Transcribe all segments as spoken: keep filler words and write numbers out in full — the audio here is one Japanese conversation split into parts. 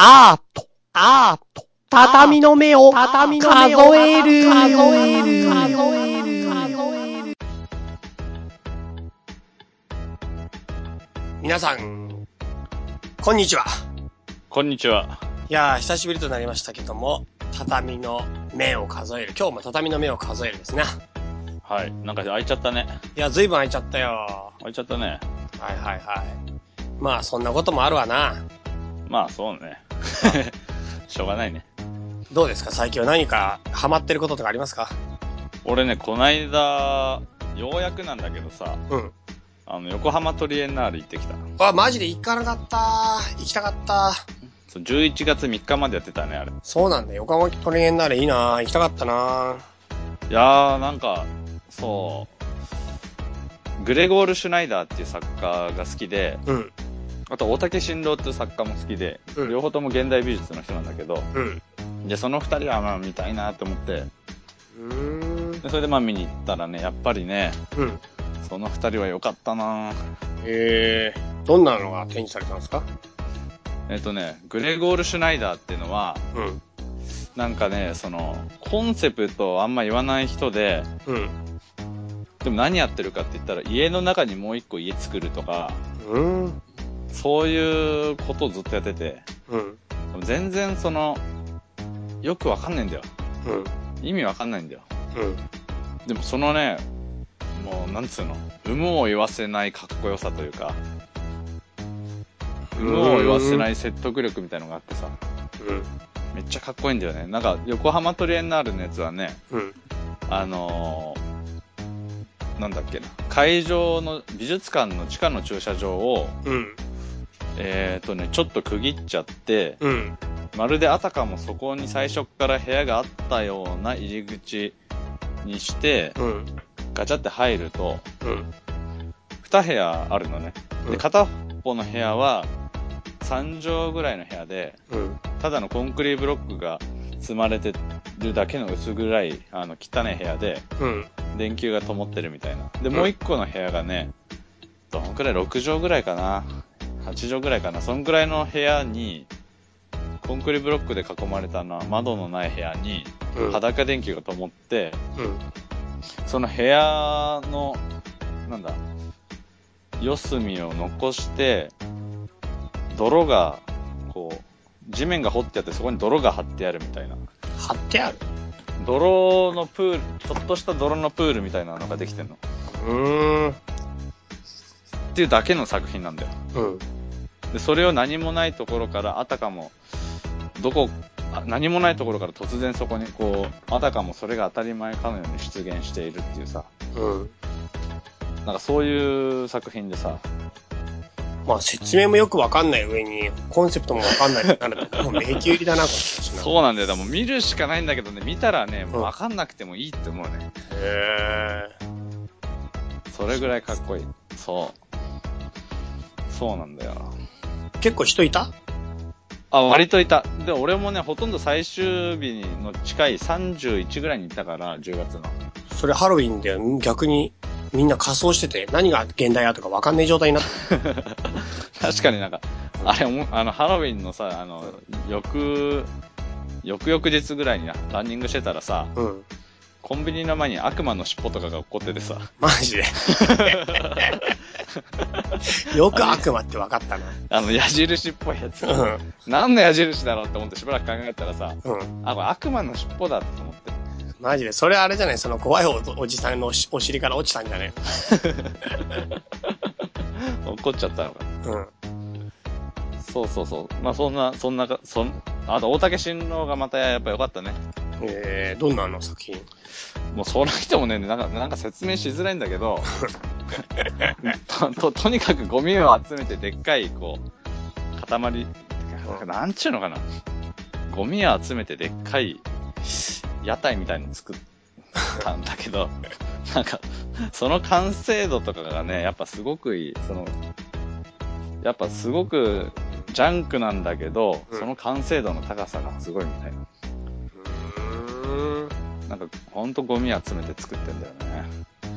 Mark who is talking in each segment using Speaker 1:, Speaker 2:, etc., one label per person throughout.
Speaker 1: アート、アート、畳の目を、畳の目を数える、数える、数える、数える。皆さん、こんにちは。
Speaker 2: こんにちは。
Speaker 1: いやー、久しぶりとなりましたけども、畳の目を数える。今日も畳の目を数えるですね。
Speaker 2: はい。なんか開いちゃったね。
Speaker 1: いや、ずいぶん開いちゃったよ。
Speaker 2: 開いちゃったね。
Speaker 1: はいはいはい。まあ、そんなこともあるわな。
Speaker 2: まあ、そうね。しょうがないね。
Speaker 1: どうですか最近は何かハマってることとかありますか？
Speaker 2: 俺ね、こないだ、ようやくなんだけどさ、
Speaker 1: うん。
Speaker 2: あの、横浜トリエンナーレ行ってきた。
Speaker 1: あ、マジで行かなかった。行きたかった。
Speaker 2: そう、じゅういちがつみっかまでやってたね、あれ。
Speaker 1: そうなんだよ。横浜トリエンナーレいいな。行きたかったな。
Speaker 2: いやー、なんか、そう、グレゴール・シュナイダーっていう作家が好きで、
Speaker 1: うん。
Speaker 2: あと、大竹新郎っていう作家も好きで、
Speaker 1: うん
Speaker 2: 両方とも現代美術の人なんだけど、
Speaker 1: うん。
Speaker 2: で、その二人はまあ見たいなと思って、
Speaker 1: うーん。
Speaker 2: でそれでまあ見に行ったらね、やっぱりね、
Speaker 1: うん。
Speaker 2: その二人は良かったな。
Speaker 1: えー、どんなのが展示されたんですか？
Speaker 2: えっとね、グレゴール・シュナイダーっていうのは、
Speaker 1: うん。
Speaker 2: なんかね、その、コンセプトをあんま言わない人で、
Speaker 1: うん。
Speaker 2: でも何やってるかって言ったら、家の中にもう一個家作るとか、
Speaker 1: うーん。
Speaker 2: そういうことをずっとやってて、
Speaker 1: うん。
Speaker 2: でも全然その、よくわかんないんだよ。
Speaker 1: うん。
Speaker 2: 意味わかんないんだよ。
Speaker 1: うん。
Speaker 2: でもそのね、もう、なんつうの、有無を言わせないかっこよさというか、有無を言わせない説得力みたいのがあってさ、
Speaker 1: うん。
Speaker 2: めっちゃかっこいいんだよね。なんか、横浜トリエンナーレのやつはね、
Speaker 1: うん。
Speaker 2: あのー、なんだっけな、会場の、美術館の地下の駐車場を、
Speaker 1: うん。
Speaker 2: えーとね、ちょっと区切っちゃって、
Speaker 1: うん。
Speaker 2: まるであたかもそこに最初から部屋があったような入り口にして、
Speaker 1: うん。
Speaker 2: ガチャって入ると、
Speaker 1: うん。
Speaker 2: に部屋あるのね。で、
Speaker 1: うん
Speaker 2: 片方の部屋は、さん畳ぐらいの部屋で、
Speaker 1: うん。
Speaker 2: ただのコンクリブロックが積まれてるだけの薄暗い、あの、汚い部屋で、
Speaker 1: うん。
Speaker 2: 電球が灯ってるみたいな。で、もう一個の部屋がね、どのくらい ろく 畳ぐらいかな。はち畳ぐらいかな。そんくらいの部屋に、コンクリブロックで囲まれたな、窓のない部屋に、
Speaker 1: うん。
Speaker 2: 裸電球が灯って、
Speaker 1: うん。
Speaker 2: その部屋の、なんだ、四隅を残して、泥が、こう、地面が掘ってあってそこに泥が張ってあるみたいな。
Speaker 1: 貼ってある。
Speaker 2: 泥のプール、ちょっとした泥のプールみたいなのができてんの。
Speaker 1: うーん。
Speaker 2: っていうだけの作品なんだよ。
Speaker 1: うん。
Speaker 2: で、それを何もないところから、あたかも、どこ、何もないところから突然そこに、こう、あたかもそれが当たり前かのように出現しているっていうさ、
Speaker 1: うん。
Speaker 2: なんかそういう作品でさ、
Speaker 1: まあ説明もよくわかんない上に、コンセプトもわかんないってなると、もう迷宮入りだな、これ。
Speaker 2: そうなんだよ。でも見るしかないんだけどね、見たらね、
Speaker 1: うん
Speaker 2: わかんなくてもいいって思うね。
Speaker 1: へ
Speaker 2: それぐらいかっこいい。そう。そうなんだよ。
Speaker 1: ー。結構人いた？
Speaker 2: あ、割といた。で、俺もね、ほとんど最終日の近いさんじゅういちぐらいに行ったから、じゅうがつの。
Speaker 1: それハロウィンで逆にみんな仮装してて、何が現代アートかわかんない状態になってる。
Speaker 2: 確かになんか、あれ、あの、ハロウィンのさ、あの、翌、翌々日ぐらいにランニングしてたらさ、
Speaker 1: うん。
Speaker 2: コンビニの前に悪魔の尻尾とかが起こっててさ。
Speaker 1: マジで。よく悪魔って分かったな。
Speaker 2: あの、矢印っぽいやつ。
Speaker 1: うん。
Speaker 2: 何の矢印だろうって思ってしばらく考えたらさ、
Speaker 1: うん。
Speaker 2: あ、これ悪魔の尻尾だって思って。
Speaker 1: マジで。それあれじゃないその怖い お, おじさんの お, しお尻から落ちたんじゃね
Speaker 2: 怒っちゃったのか。
Speaker 1: うん。
Speaker 2: そうそうそう。まあそんな、そんなか、そん、あと大竹新郎がまたやっぱ良かったね。
Speaker 1: えー、どんなの作品？
Speaker 2: もうその人もね、なんか、なんか説明しづらいんだけど、と、と、とにかくゴミを集めてでっかい、こう、塊、なんちゅうのかな。ゴミを集めてでっかい屋台みたいの作ったんだけど、なんか、その完成度とかがね、やっぱすごくいい。その、やっぱすごくジャンクなんだけど、
Speaker 1: うん、
Speaker 2: その完成度の高さがすごいみたいな。
Speaker 1: うーん。
Speaker 2: なんか、ほんとゴミ集めて作ってんだよね。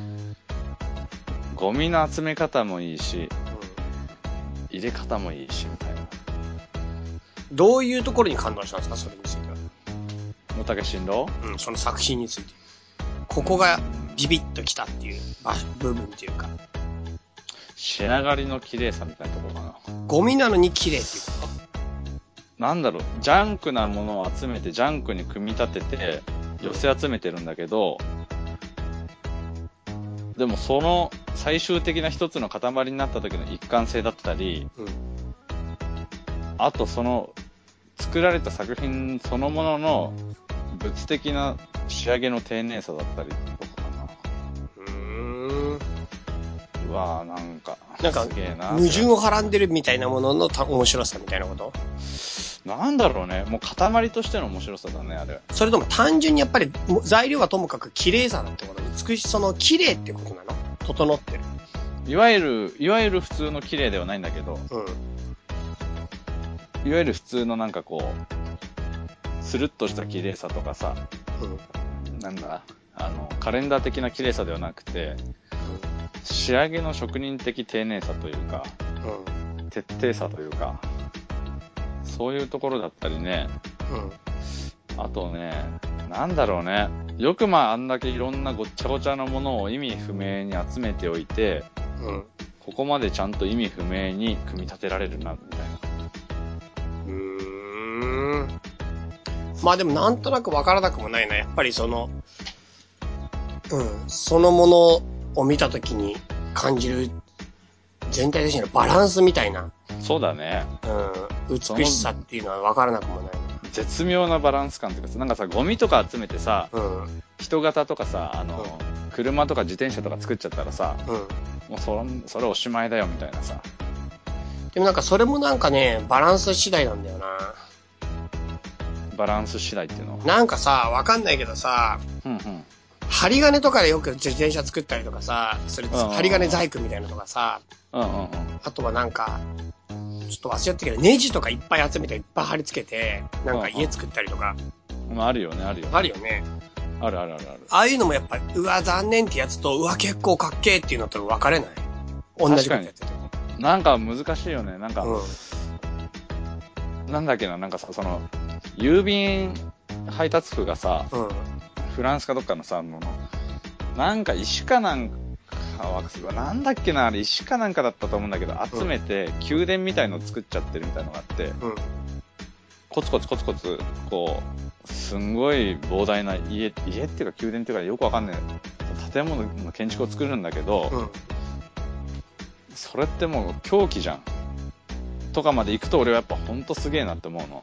Speaker 2: ゴミの集め方もいいし、入れ方もいいし、みたいな。
Speaker 3: どういうところに感動したんですか、それについては。
Speaker 2: 大竹新郎？
Speaker 3: うん、その作品について。ここがビビッときたっていう部分っていうか。
Speaker 2: 仕上がりの綺麗さみたいなところかな。
Speaker 3: ゴミなのに綺麗っていうこと？
Speaker 2: なんだろう、ジャンクなものを集めて、ジャンクに組み立てて、寄せ集めてるんだけど、でもその最終的な一つの塊になった時の一貫性だったり、うん、あとその作られた作品そのものの物的な仕上げの丁寧さだったりとかかな。うーん。うわぁ、なんか、
Speaker 3: なんか、
Speaker 2: すげえな。
Speaker 3: 矛盾をはらんでるみたいなもののた面白さみたいなこと？
Speaker 2: なんだろうね。もう塊としての面白さだね、あれ。
Speaker 3: それとも単純にやっぱり材料はともかく綺麗さだってこと？美しい、その綺麗ってことなの？整ってる。
Speaker 2: いわゆる、いわゆる普通の綺麗ではないんだけど、うん、いわゆる普通のなんかこう、スルッとした綺麗さとかさ、うん、なんだ、あの、カレンダー的な綺麗さではなくて、うん、仕上げの職人的丁寧さというか、うん、徹底さというか、そういうところだったりね、うん、あとね、なんだろうね、よくまああんだけいろんなごっちゃごちゃなものを意味不明に集めておいて、うん、ここまでちゃんと意味不明に組み立てられるな、みたいな。
Speaker 3: うーん。まあでもなんとなくわからなくもないな。やっぱりその、うん、そのものを見たときに感じる全体的なバランスみたいな。
Speaker 2: そうだね。
Speaker 3: うん。美しさっていうのはわからなくもない。
Speaker 2: 絶妙なバランス感っていうか、なんかさ、ゴミとか集めてさ、うん、人型とかさ、あの、うん、車とか自転車とか作っちゃったらさ、うん、もうそれ、それおしまいだよみたいなさ。
Speaker 3: でもなんかそれもなんかね、バランス次第なんだよな。
Speaker 2: バランス次第っていうのは
Speaker 3: なんかさ、わかんないけどさ、うんうん、針金とかでよく自転車作ったりとかさ、それ、針金細工みたいなのとかさ、うんうんうん、あとはなんか、ちょっと忘れちゃったけど、ネジとかいっぱい集めていっぱい貼り付けて、なんか家作ったりとか。
Speaker 2: うんうん、あるよね、あるよね。
Speaker 3: あるよね。
Speaker 2: あるあるあるある。
Speaker 3: ああいうのもやっぱり、うわ、残念ってやつと、うわ、結構かっけーっていうのと分かれない？同じことやってても。
Speaker 2: なんか難しいよね。なんか、うん、なんだっけな、なんかさ、その、郵便配達夫がさ、うん、フランスかどっかのさ、もの、なんか石かなんか、なんだっけな、あれ石かなんかだったと思うんだけど、集めて、宮殿みたいのを作っちゃってるみたいのがあって、うん、コツコツコツコツ、こう、すんごい膨大な家、家っていうか宮殿っていうかよくわかんない建物の建築を作るんだけど、うん、それってもう狂気じゃん。とかまで行くと俺はやっぱほんとすげえなって思うの。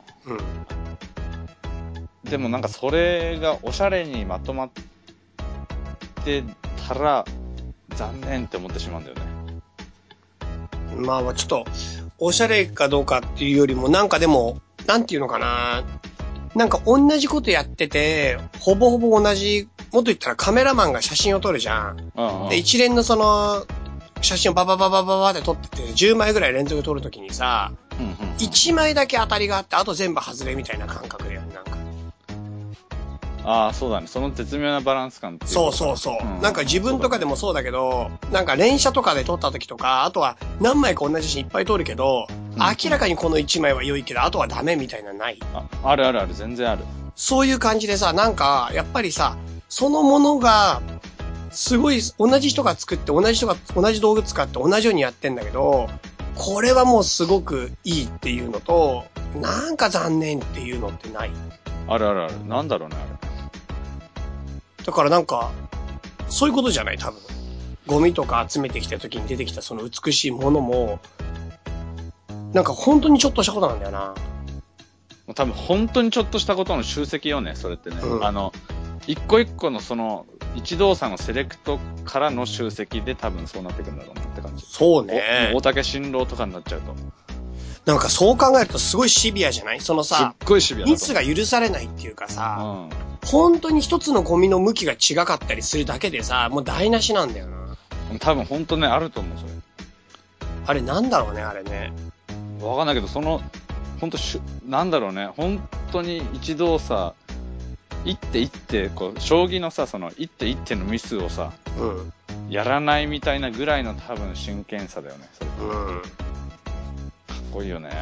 Speaker 2: うん、でもなんかそれがおしゃれにまとまってたら残念って思ってしまうんだよね。
Speaker 3: まあちょっとおしゃれかどうかっていうよりもなんかでもなんていうのかな、なんか同じことやっててほぼほぼ同じ、もっと言ったらカメラマンが写真を撮るじゃん。うんうん、で一連のその写真をババババババって撮っててじゅうまいぐらい連続撮るときにさ、うんうんうん、いちまいだけ当たりがあってあと全部外れみたいな感覚だよね、なんか。
Speaker 2: ああ、そうだね。その絶妙なバランス感っていう。
Speaker 3: そうそうそう、うん。なんか自分とかでもそうだけど、なんか連写とかで撮った時とか、あとは何枚か同じ写真いっぱい撮るけど、うんうん、明らかにこのいちまいは良いけど、あとはダメみたいなのない？
Speaker 2: あ、あるあるある、全然ある。
Speaker 3: そういう感じでさ、なんか、やっぱりさ、そのものが、すごい、同じ人が作って、同じ人が、同じ道具使って同じようにやってんだけど、これはもうすごくいいっていうのと、なんか残念っていうのってない？
Speaker 2: あるあるある。なんだろうね、あれ。
Speaker 3: だからなんか、そういうことじゃない？多分。ゴミとか集めてきた時に出てきたその美しいものも、なんか本当にちょっとしたことなんだよな。
Speaker 2: 多分本当にちょっとしたことの集積よね、それってね。うん、あの、一個一個のその、一動作のセレクトからの集積で多分そうなってくるんだろうなって感じ。
Speaker 3: そうね。
Speaker 2: 大竹新郎とかになっちゃうと。
Speaker 3: なんかそう考えるとすごいシビアじゃない？そのさ、
Speaker 2: すっごいシビアだと。
Speaker 3: ミスが許されないっていうかさ、うん、本当に一つのゴミの向きが違かったりするだけでさ、もう台無しなんだよな。
Speaker 2: 多分本当ね、あると思う、それ。
Speaker 3: あれなんだろうね、あれね。
Speaker 2: わかんないけど、その、本当しゅ、なんだろうね、本当に一動作、一手一手、こう、将棋のさ、その一手一手のミスをさ、うん、やらないみたいなぐらいの多分真剣さだよね、それ。うん。かっこいいよね。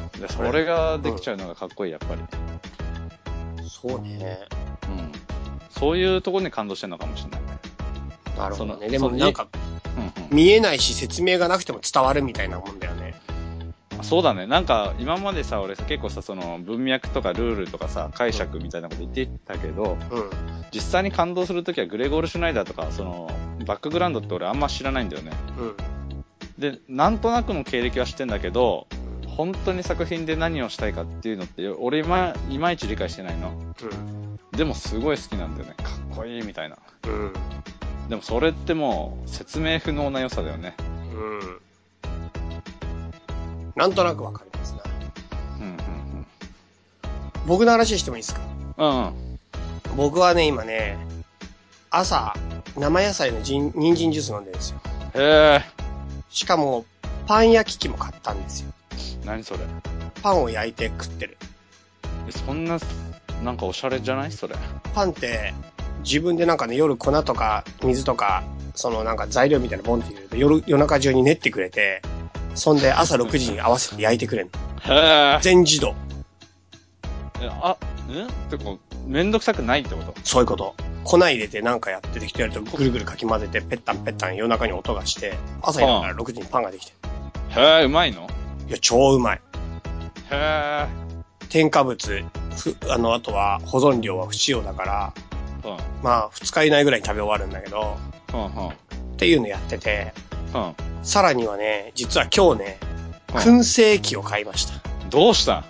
Speaker 2: で、それができちゃうのがかっこいい、やっぱり。
Speaker 3: そうね。
Speaker 2: うん。そういうところに感動してるのかもしれない。
Speaker 3: なるほどね。でもなんか、
Speaker 2: うんうん、
Speaker 3: 見えないし説明がなくても伝わるみたいなもんだよね。
Speaker 2: そうだね。なんか、今までさ、俺さ、結構さ、その、文脈とかルールとかさ、解釈みたいなこと言ってたけど、
Speaker 3: うん。
Speaker 2: 実際に感動するときはグレゴール・シュナイダーとか、その、バックグラウンドって俺あんま知らないんだよね。
Speaker 3: うん。
Speaker 2: で、なんとなくの経歴は知ってんだけど、本当に作品で何をしたいかっていうのって、俺今、いまいち理解してないの。
Speaker 3: うん。
Speaker 2: でもすごい好きなんだよね。かっこいいみたいな。
Speaker 3: うん。
Speaker 2: でもそれってもう、説明不能な良さだよね。
Speaker 3: うん。なんとなくわかりますな。
Speaker 2: うんうんうん。
Speaker 3: 僕の話してもいいですか？
Speaker 2: うんうん。
Speaker 3: 僕はね、今ね、朝、生野菜のじん人参ジュース飲んでるんですよ。
Speaker 2: へえ。
Speaker 3: しかも、パン焼き器も買ったんですよ。
Speaker 2: 何それ？
Speaker 3: パンを焼いて食ってる。
Speaker 2: え、そんな、なんかおしゃれじゃないそれ。
Speaker 3: パンって、自分でなんかね、夜粉とか水とか、そのなんか材料みたいなボンって入れると夜、夜中中に練ってくれて、そんで朝ろくじに合わせて焼いてくれるの。
Speaker 2: へえ。
Speaker 3: 全自動。
Speaker 2: え、あ、んってか、めんどくさくないってこと？
Speaker 3: そういうこと。粉入れてなんかやって適当やるとぐるぐるかき混ぜてペッタンペッタン夜中に音がして、朝になったらろくじにパンができて
Speaker 2: る。へえ、うまいの？
Speaker 3: いや、超うまい。
Speaker 2: へえ。
Speaker 3: 添加物、ふ、あの、あとは保存量は不使用だから、
Speaker 2: うん。
Speaker 3: まあ、二日以内ぐらいに食べ終わるんだけど、
Speaker 2: うんうん。
Speaker 3: っていうのやってて、
Speaker 2: うん。
Speaker 3: さらにはね、実は今日ね、燻製機を買いました。
Speaker 2: どうした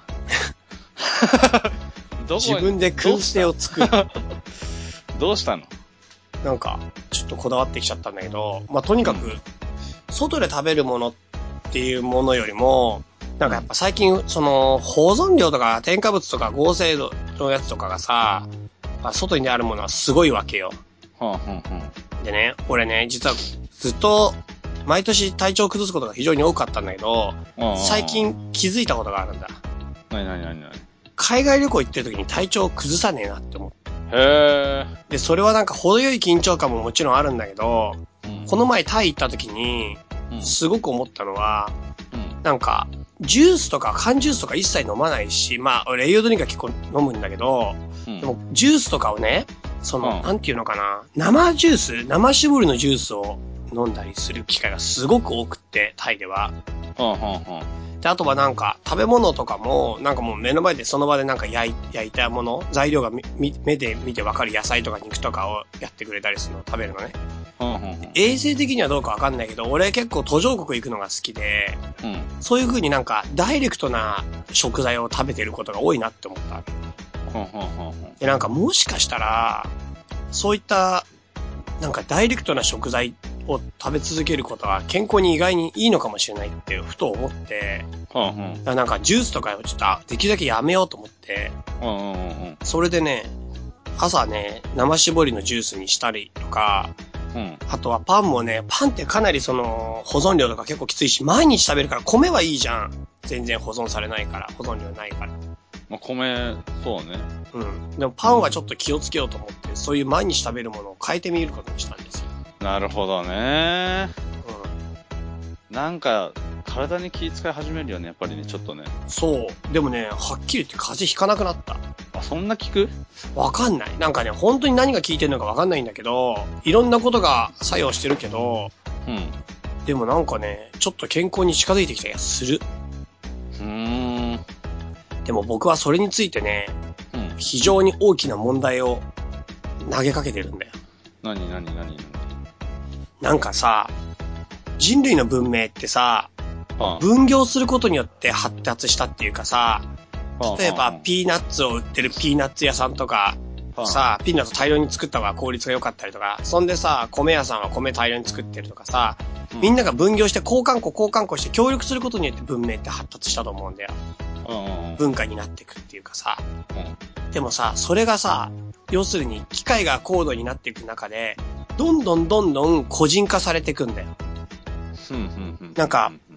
Speaker 2: どこ
Speaker 3: 自分で燻製を作る。
Speaker 2: どうしたの？
Speaker 3: なんか、ちょっとこだわってきちゃったんだけど、まあ、とにかく、外で食べるものっていうものよりも、なんかやっぱ最近、その、保存料とか添加物とか合成度のやつとかがさ、外にあるものはすごいわけよ。
Speaker 2: はんはんはん。
Speaker 3: でね、俺ね、実はずっと、毎年体調を崩すことが非常に多かったんだけど、最近気づいたことがあるんだ。
Speaker 2: なになになになに？
Speaker 3: 海外旅行行ってる時に体調を崩さねえなって思って。
Speaker 2: へー。
Speaker 3: で、それはなんか程よい緊張感ももちろんあるんだけど、
Speaker 2: うん、
Speaker 3: この前タイ行った時に、すごく思ったのは、
Speaker 2: うん、
Speaker 3: なんか、ジュースとか缶ジュースとか一切飲まないし、まあ、俺栄養ドリンクは結構飲むんだけど、うん、でもジュースとかをね、その、うん、なんていうのかな、生ジュース、生搾りのジュースを飲んだりする機会がすごく多くって、タイでは。
Speaker 2: うんうんうん、
Speaker 3: で、あとはなんか、食べ物とかも、なんかもう目の前でその場でなんか焼い焼いたもの、材料が目で見てわかる野菜とか肉とかをやってくれたりするのを食べるのね。うんうんうん、衛生的にはどうかわかんないけど、俺結構途上国行くのが好きで、うん、そういう風になんかダイレクトな食材を食べてることが多いなって思ったわけ。うんうんうん、で、なんかもしかしたら、そういった、なんかダイレクトな食材を食べ続けることは健康に意外にいいのかもしれないってふと思って、うんうん、なんかジュースとかをちょっとできるだけやめようと思って、うんうんうん、それでね、朝ね、生搾りのジュースにしたりとか、うん、あとはパンもね、パンってかなりその保存量とか結構きついし、毎日食べるから米はいいじゃん。全然保存されないから、保存量ないから。
Speaker 2: まあ、米、そうね。
Speaker 3: うん。でもパンはちょっと気をつけようと思って、うん、そういう毎日食べるものを変えてみることにしたんですよ。
Speaker 2: なるほどね。うん。なんか、体に気遣い始めるよね、やっぱりね、ちょっとね。
Speaker 3: そう。でもね、はっきり言って風邪ひかなくなった。
Speaker 2: あ、そんな効く？
Speaker 3: わかんない。なんかね、本当に何が効いてるのかわかんないんだけど、いろんなことが作用してるけど、うん。でもなんかね、ちょっと健康に近づいてきた気がする。うーん。でも僕はそれについてね、うん、非常に大きな問題を投げかけてるんだよ。
Speaker 2: なになになになに？
Speaker 3: なんかさ、人類の文明ってさ、はあ、分業することによって発達したっていうかさ、例えばピーナッツを売ってるピーナッツ屋さんとか、はあ、さ、ピーナッツ大量に作った方が効率が良かったりとか、そんでさ、米屋さんは米大量に作ってるとかさ、うん、みんなが分業して交換庫交換庫して協力することによって文明って発達したと思うんだよ。うん、文化になっていくっていうかさ、うん。でもさ、それがさ、要するに機械が高度になっていく中で、どんどんどんどん個人化されていくんだよ。なんか、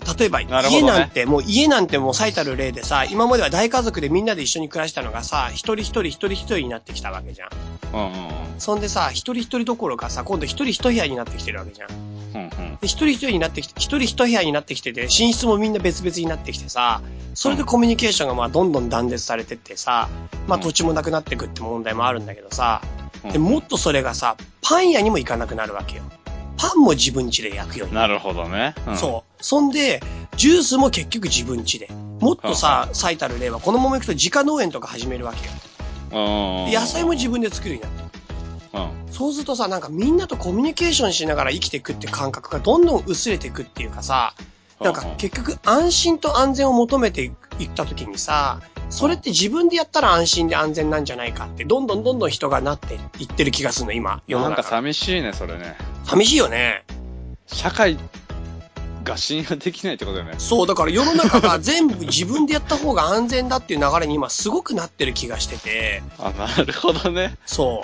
Speaker 3: 例えば、
Speaker 2: なるほどね
Speaker 3: 家なんて、もう家なんてもう最たる例でさ、今までは大家族でみんなで一緒に暮らしたのがさ、一人一人一人一人になってきたわけじゃん。
Speaker 2: うんうんうん。
Speaker 3: そんでさ、一人一人どころかさ、今度一人一部屋になってきてるわけじゃん。
Speaker 2: うんうん。
Speaker 3: で、一人一人になってきて、一人一部屋になってきてて、寝室もみんな別々になってきてさ、それでコミュニケーションがまあどんどん断絶されてってさ、まあ土地もなくなってくって問題もあるんだけどさ、で、もっとそれがさ、パン屋にも行かなくなるわけよ。パンも自分家で焼くようになる。
Speaker 2: なるほどね。うん、
Speaker 3: そう。そんで、ジュースも結局自分家で。もっとさ、最たる例は、このまま行くと自家農園とか始めるわけよ。
Speaker 2: うん。
Speaker 3: 野菜も自分で作るようになって。うん。そうするとさ、なんかみんなとコミュニケーションしながら生きていくって感覚がどんどん薄れていくっていうかさ、なんか結局安心と安全を求めていった時にさ、それって自分でやったら安心で安全なんじゃないかって、どんどんどんどん人がなっていってる気がするの、今、世の中。
Speaker 2: なんか寂しいね、それね。
Speaker 3: 寂しいよね。
Speaker 2: 社会が信用できないってことだよね。
Speaker 3: そう、だから世の中が全部自分でやった方が安全だっていう流れに今すごくなってる気がしてて。
Speaker 2: あ、なるほどね。
Speaker 3: そう。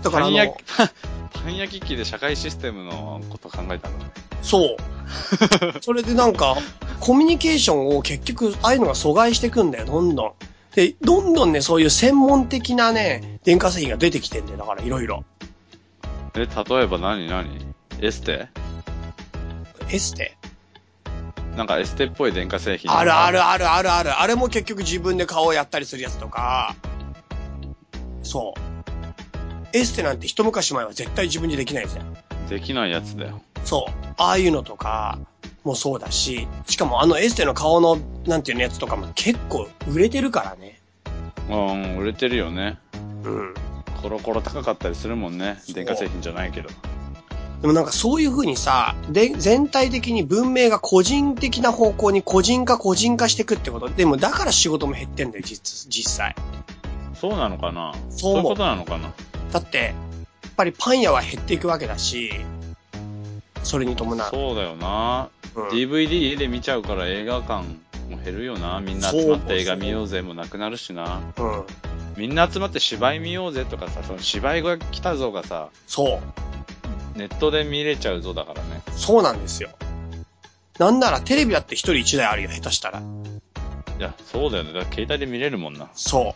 Speaker 3: だからあの、
Speaker 2: パン焼き、パン焼き器で社会システムのこと考えたんだね。
Speaker 3: そう。それでなんか、コミュニケーションを結局、ああいうのが阻害していくんだよ、どんどん。で、どんどんね、そういう専門的なね、電化製品が出てきてんだよ、だからいろいろ。
Speaker 2: え、例えば何何エステ
Speaker 3: エステ
Speaker 2: なんかエステっぽい電化製品。
Speaker 3: あるあるあるあるある。あれも結局自分で顔をやったりするやつとか。そう。エステなんて一昔前は絶対自分でできないですよ。
Speaker 2: できないやつだよ。
Speaker 3: そう。ああいうのとかもそうだし、しかもあのエステの顔のなんていうのやつとかも結構売れてるからね。
Speaker 2: うん、売れてるよね。
Speaker 3: うん。
Speaker 2: コロコロ高かったりするもんね。電化製品じゃないけど。
Speaker 3: でもなんかそういう風にさ、で、全体的に文明が個人的な方向に個人化個人化していくってこと。でもだから仕事も減ってんだよ、実、実際。
Speaker 2: そうなのかな？
Speaker 3: そう思う。
Speaker 2: そういうことなのかな？
Speaker 3: だって、やっぱりパン屋は減っていくわけだし、それに伴う。
Speaker 2: そうだよな、うん、ディーブイディー 家で見ちゃうから映画館も減るよな。みんな集まって映画見ようぜもなくなるしな。うん。みんな集まって芝居見ようぜとかさ、その芝居が来たぞがさ、
Speaker 3: そう。
Speaker 2: ネットで見れちゃうぞだからね。
Speaker 3: そうなんですよ。なんならテレビだって一人一台あるよ、下手したら。
Speaker 2: いや、そうだよね。だから携帯で見れるもんな。
Speaker 3: そう。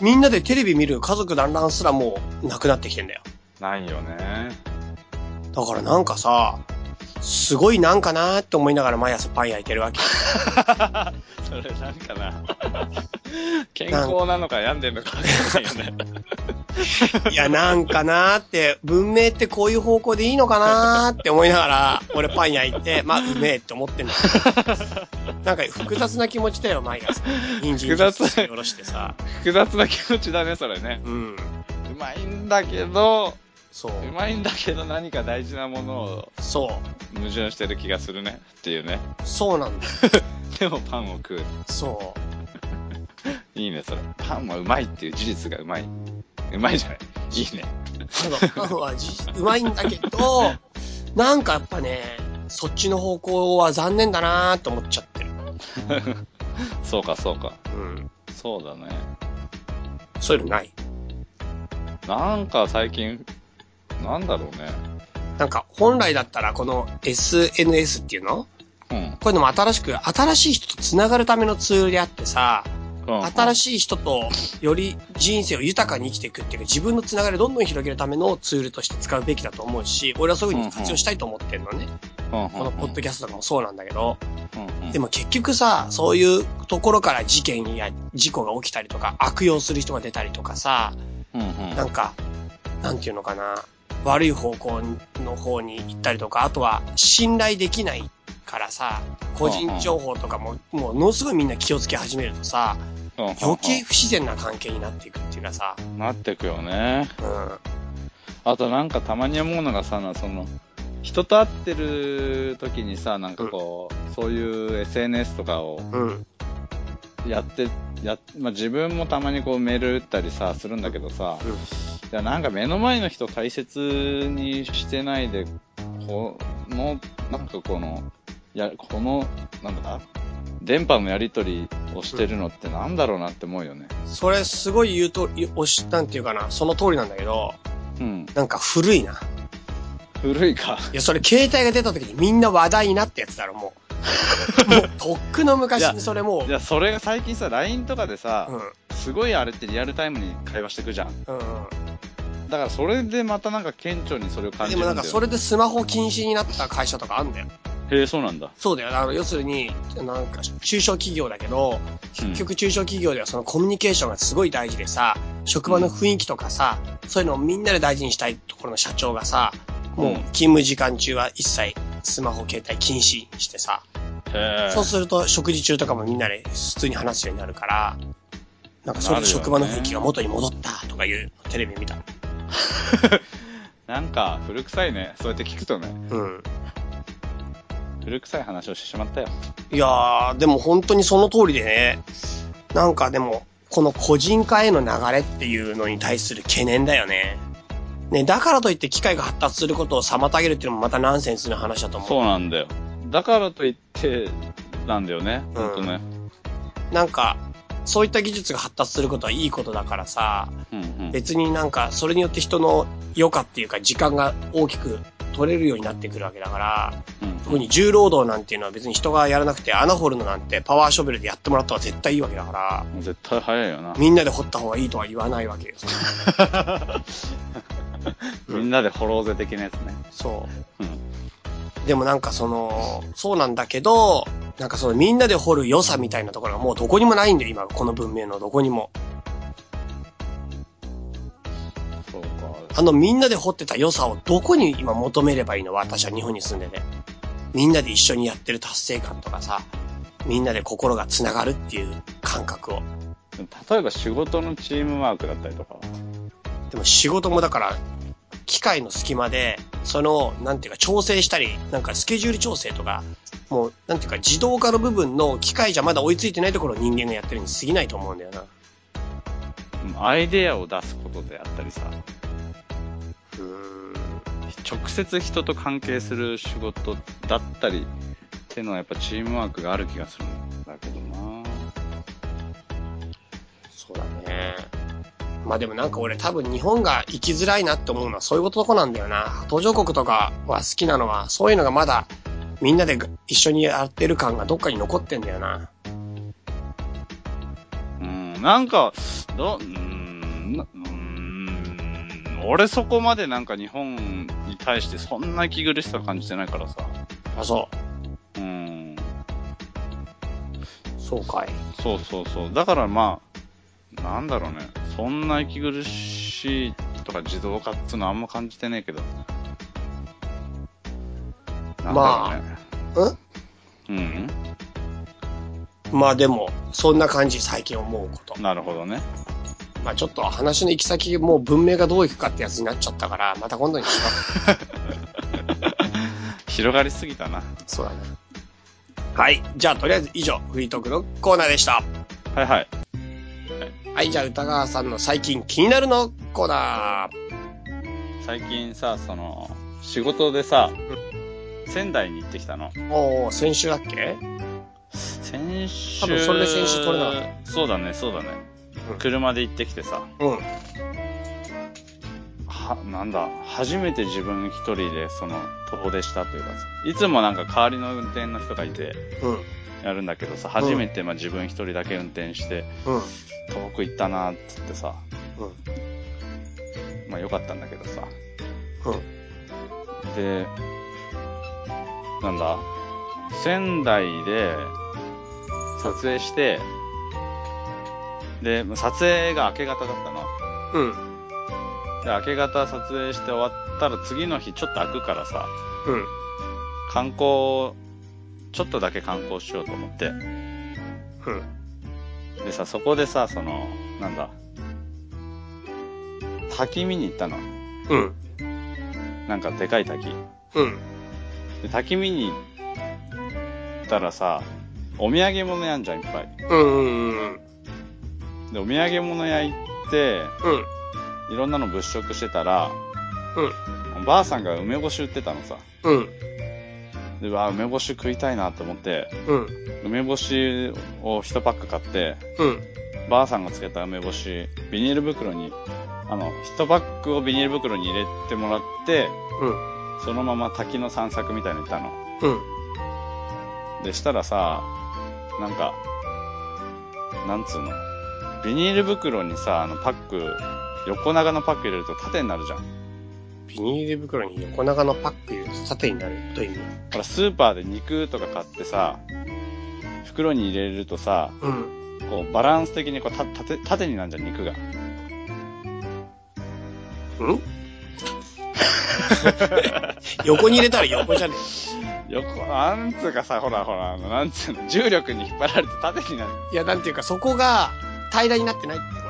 Speaker 3: みんなでテレビ見る家族団らんすらもうなくなってきてんだよ。
Speaker 2: ないよね。
Speaker 3: だからなんかさ、すごいなんかなーって思いながら毎朝パン焼いてるわけ。
Speaker 2: それなんかな。健康なのか病んでんのか分かんないよね。
Speaker 3: いや、なんかなーって、文明ってこういう方向でいいのかなーって思いながら、俺パン焼いて、まあ、うめえって思ってんだけど。なんか複雑な気持ちだよ、毎朝。人参におろしてさ。
Speaker 2: 複雑な気持ちだね、それね。うん。うまいんだけど、そう。うまいんだけど何か大事なものを、そう。矛盾してる気がするね。っていうね。
Speaker 3: そうなんだよ。
Speaker 2: でもパンを食う。
Speaker 3: そう。
Speaker 2: いいね、それ。パンはうまいっていう事実がうまい。うまいじゃない。いいね。
Speaker 3: パンはじうまいんだけど、なんかやっぱね、そっちの方向は残念だなーって思っちゃってる。
Speaker 2: そうか、そうか。
Speaker 3: うん。
Speaker 2: そうだね。
Speaker 3: そういうのない？
Speaker 2: なんか最近、なんだろうね。
Speaker 3: なんか本来だったらこの エスエヌエス っていうの？うん。こういうのも新しく、新しい人と繋がるためのツールであってさ、うんうん、新しい人とより人生を豊かに生きていくっていうか、自分のつながりをどんどん広げるためのツールとして使うべきだと思うし、俺はそういう風に活用したいと思ってるのね。うんうん、このポッドキャストとかもそうなんだけど、うんうん、でも結局さ、そういうところから事件や事故が起きたりとか、悪用する人が出たりとかさ、うんうん、なんか、なんていうのかな、悪い方向の方に行ったりとか、あとは信頼できないからさ、個人情報とかも、もうものすごいみんな気をつけ始めるとさ、余計不自然な関係になっていくっていうかさ。
Speaker 2: なっていくよね。うん。あとなんかたまに思うのがさ、その、人と会ってる時にさ、なんかこう、うん、そういう エスエヌエス とかを、やって、や、まあ、自分もたまにこうメール打ったりさ、するんだけどさ、うん、いやなんか目の前の人大切にしてないで、この、なんかこの、いや、この、なんだ電波のやり取りをしてるのってなんだろうなって思うよね。
Speaker 3: うん、それすごい言うと、おし、なんていうかな、その通りなんだけど、うん。なんか古いな。
Speaker 2: 古いか。
Speaker 3: いや、それ携帯が出た時にみんな話題になったやつだろ、もう。 もう、とっくの昔にそれもう。
Speaker 2: いや、それが最近さ、ライン とかでさ、
Speaker 3: うん、
Speaker 2: すごいあれってリアルタイムに会話してくじゃん。
Speaker 3: うん、うん。
Speaker 2: だからそれでまたなんか顕著にそれを感じるんだよ。
Speaker 3: でもなんかそれでスマホ禁止になった会社とかあんだよ。
Speaker 2: へえ、そうなんだ。
Speaker 3: そうだよ。あの、要するに、なんか、中小企業だけど、結局中小企業ではそのコミュニケーションがすごい大事でさ、職場の雰囲気とかさ、うん、そういうのをみんなで大事にしたいところの社長がさ、もう勤務時間中は一切スマホ携帯禁止してさ、
Speaker 2: へー、
Speaker 3: そうすると食事中とかもみんなで普通に話すようになるから、なんかそれで職場の雰囲気が元に戻ったとかいうテレビ見た。
Speaker 2: なんか古臭いね。そうやって聞くとね。
Speaker 3: うん。
Speaker 2: 古臭い話をしてしまったよ。
Speaker 3: いやー、でも本当にその通りでね、なんかでも、この個人化への流れっていうのに対する懸念だよね。ね、だからといって機械が発達することを妨げるっていうのもまたナンセンスな話だと思う。
Speaker 2: そうなんだよ。だからといって、なんだよね。ほんとね。
Speaker 3: なんか、そういった技術が発達することはいいことだからさ、
Speaker 2: うんうん、
Speaker 3: 別になんかそれによって人の余暇っていうか時間が大きく取れるようになってくるわけだから、うんうん、特に重労働なんていうのは別に人がやらなくて穴掘るのなんてパワーショベルでやってもらった方が絶対いいわけだから、
Speaker 2: 絶対早いよな。
Speaker 3: みんなで掘った方がいいとは言わないわけよ。
Speaker 2: みんなで掘ろうぜ的なやつね。
Speaker 3: そう。うん、でもなんかその、そうなんだけど、なんかそのみんなで掘る良さみたいなところがもうどこにもないんだよ、今、この文明のどこにも。
Speaker 2: そうか。
Speaker 3: あのみんなで掘ってた良さをどこに今求めればいいの？私は日本に住んでて。みんなで一緒にやってる達成感とかさ、みんなで心がつながるっていう感覚を。
Speaker 2: 例えば仕事のチームワークだったりとか。
Speaker 3: でも仕事もだから、機械の隙間で、その、なんていうか調整したり、なんかスケジュール調整とか、もう、なんていうか自動化の部分の機械じゃまだ追いついてないところを人間がやってるに過ぎないと思うんだよな。
Speaker 2: アイデアを出すことであったりさ。
Speaker 3: うーん。
Speaker 2: 直接人と関係する仕事だったりっていうのはやっぱチームワークがある気がするんだけどな。
Speaker 3: そうだね。まあでもなんか俺多分日本が生きづらいなって思うのはそういうことこなんだよな。途上国とかは好きなのはそういうのがまだみんなで一緒にやってる感がどっかに残ってんだよな。
Speaker 2: うん、なんか、ど、うーん、うーん、俺そこまでなんか日本に対してそんな息苦しさ感じてないからさ。
Speaker 3: あ、そ
Speaker 2: う。うん。
Speaker 3: そうかい。
Speaker 2: そうそうそう。だからまあ、なんだろうね。そんな息苦しいとか自動化っていうのはあんま感じてねえけど。なんだろうね。まあ、うん、うん、
Speaker 3: まあでも、そんな感じ最近思うこと。
Speaker 2: なるほどね。
Speaker 3: まあちょっと話の行き先もう文明がどういくかってやつになっちゃったから、また今度にしよ
Speaker 2: う。広がりすぎたな。
Speaker 3: そうだね。はい。じゃあとりあえず以上、フリートークのコーナーでした。
Speaker 2: はいはい。
Speaker 3: はい、じゃあ歌川さんの最近気になるのコーナー。
Speaker 2: 最近さ、その、仕事でさ、うん、仙台に行ってきたの。
Speaker 3: おー、先週だっけ？
Speaker 2: 先週。
Speaker 3: 多分それで先週取れなかった。
Speaker 2: そうだね、そうだね。うん、車で行ってきてさ。
Speaker 3: うん。
Speaker 2: は、なんだ、初めて自分一人でその、遠出したというかさ、いつもなんか代わりの運転の人がいて、うん。やるんだけどさ、初めてまあ自分一人だけ運転して、うん。遠く行ったなーっつってさ、うん。まあ良かったんだけどさ、うん。で、なんだ、仙台で撮影して、で、撮影が明け方だったの。うん。で、明け方撮影して終わったら次の日ちょっと空くからさ、うん。観光、ちょっとだけ観光しようと思って。うん。でさ、そこでさ、その、なんだ、滝見に行ったの。うん。なんかでかい滝。うん。で、滝見に行ったらさ、お土産物やんじゃん、いっぱい。うんうんうん。で、お土産物屋行って、うん。いろんなの物色してたら、うん。おばあさんが梅干し売ってたのさ。うん。で、わ、梅干し食いたいなと思って、うん。梅干しを一パック買って、うん。ばあさんがつけた梅干し、ビニール袋に、あの、一パックをビニール袋に入れてもらって、うん。そのまま滝の散策みたいに行ったの。うん。 で、したらさ、なんか、なんつうの、ビニール袋にさ、あのパック、横長のパック入れると縦になるじゃん。
Speaker 3: ビニール袋に横長のパック入れると縦になる。どういう意味？
Speaker 2: ほら、スーパーで肉とか買ってさ、袋に入れるとさ、
Speaker 3: うん。
Speaker 2: こう、バランス的にこう、た、縦、縦になるじゃん、肉が。
Speaker 3: ん横に入れたら横じゃね
Speaker 2: え。横、なんつうかさ、ほらほら、あの、なんつうの、重力に引っ張られて縦になる。
Speaker 3: いや、なんていうか、そこが平らになってないってこと。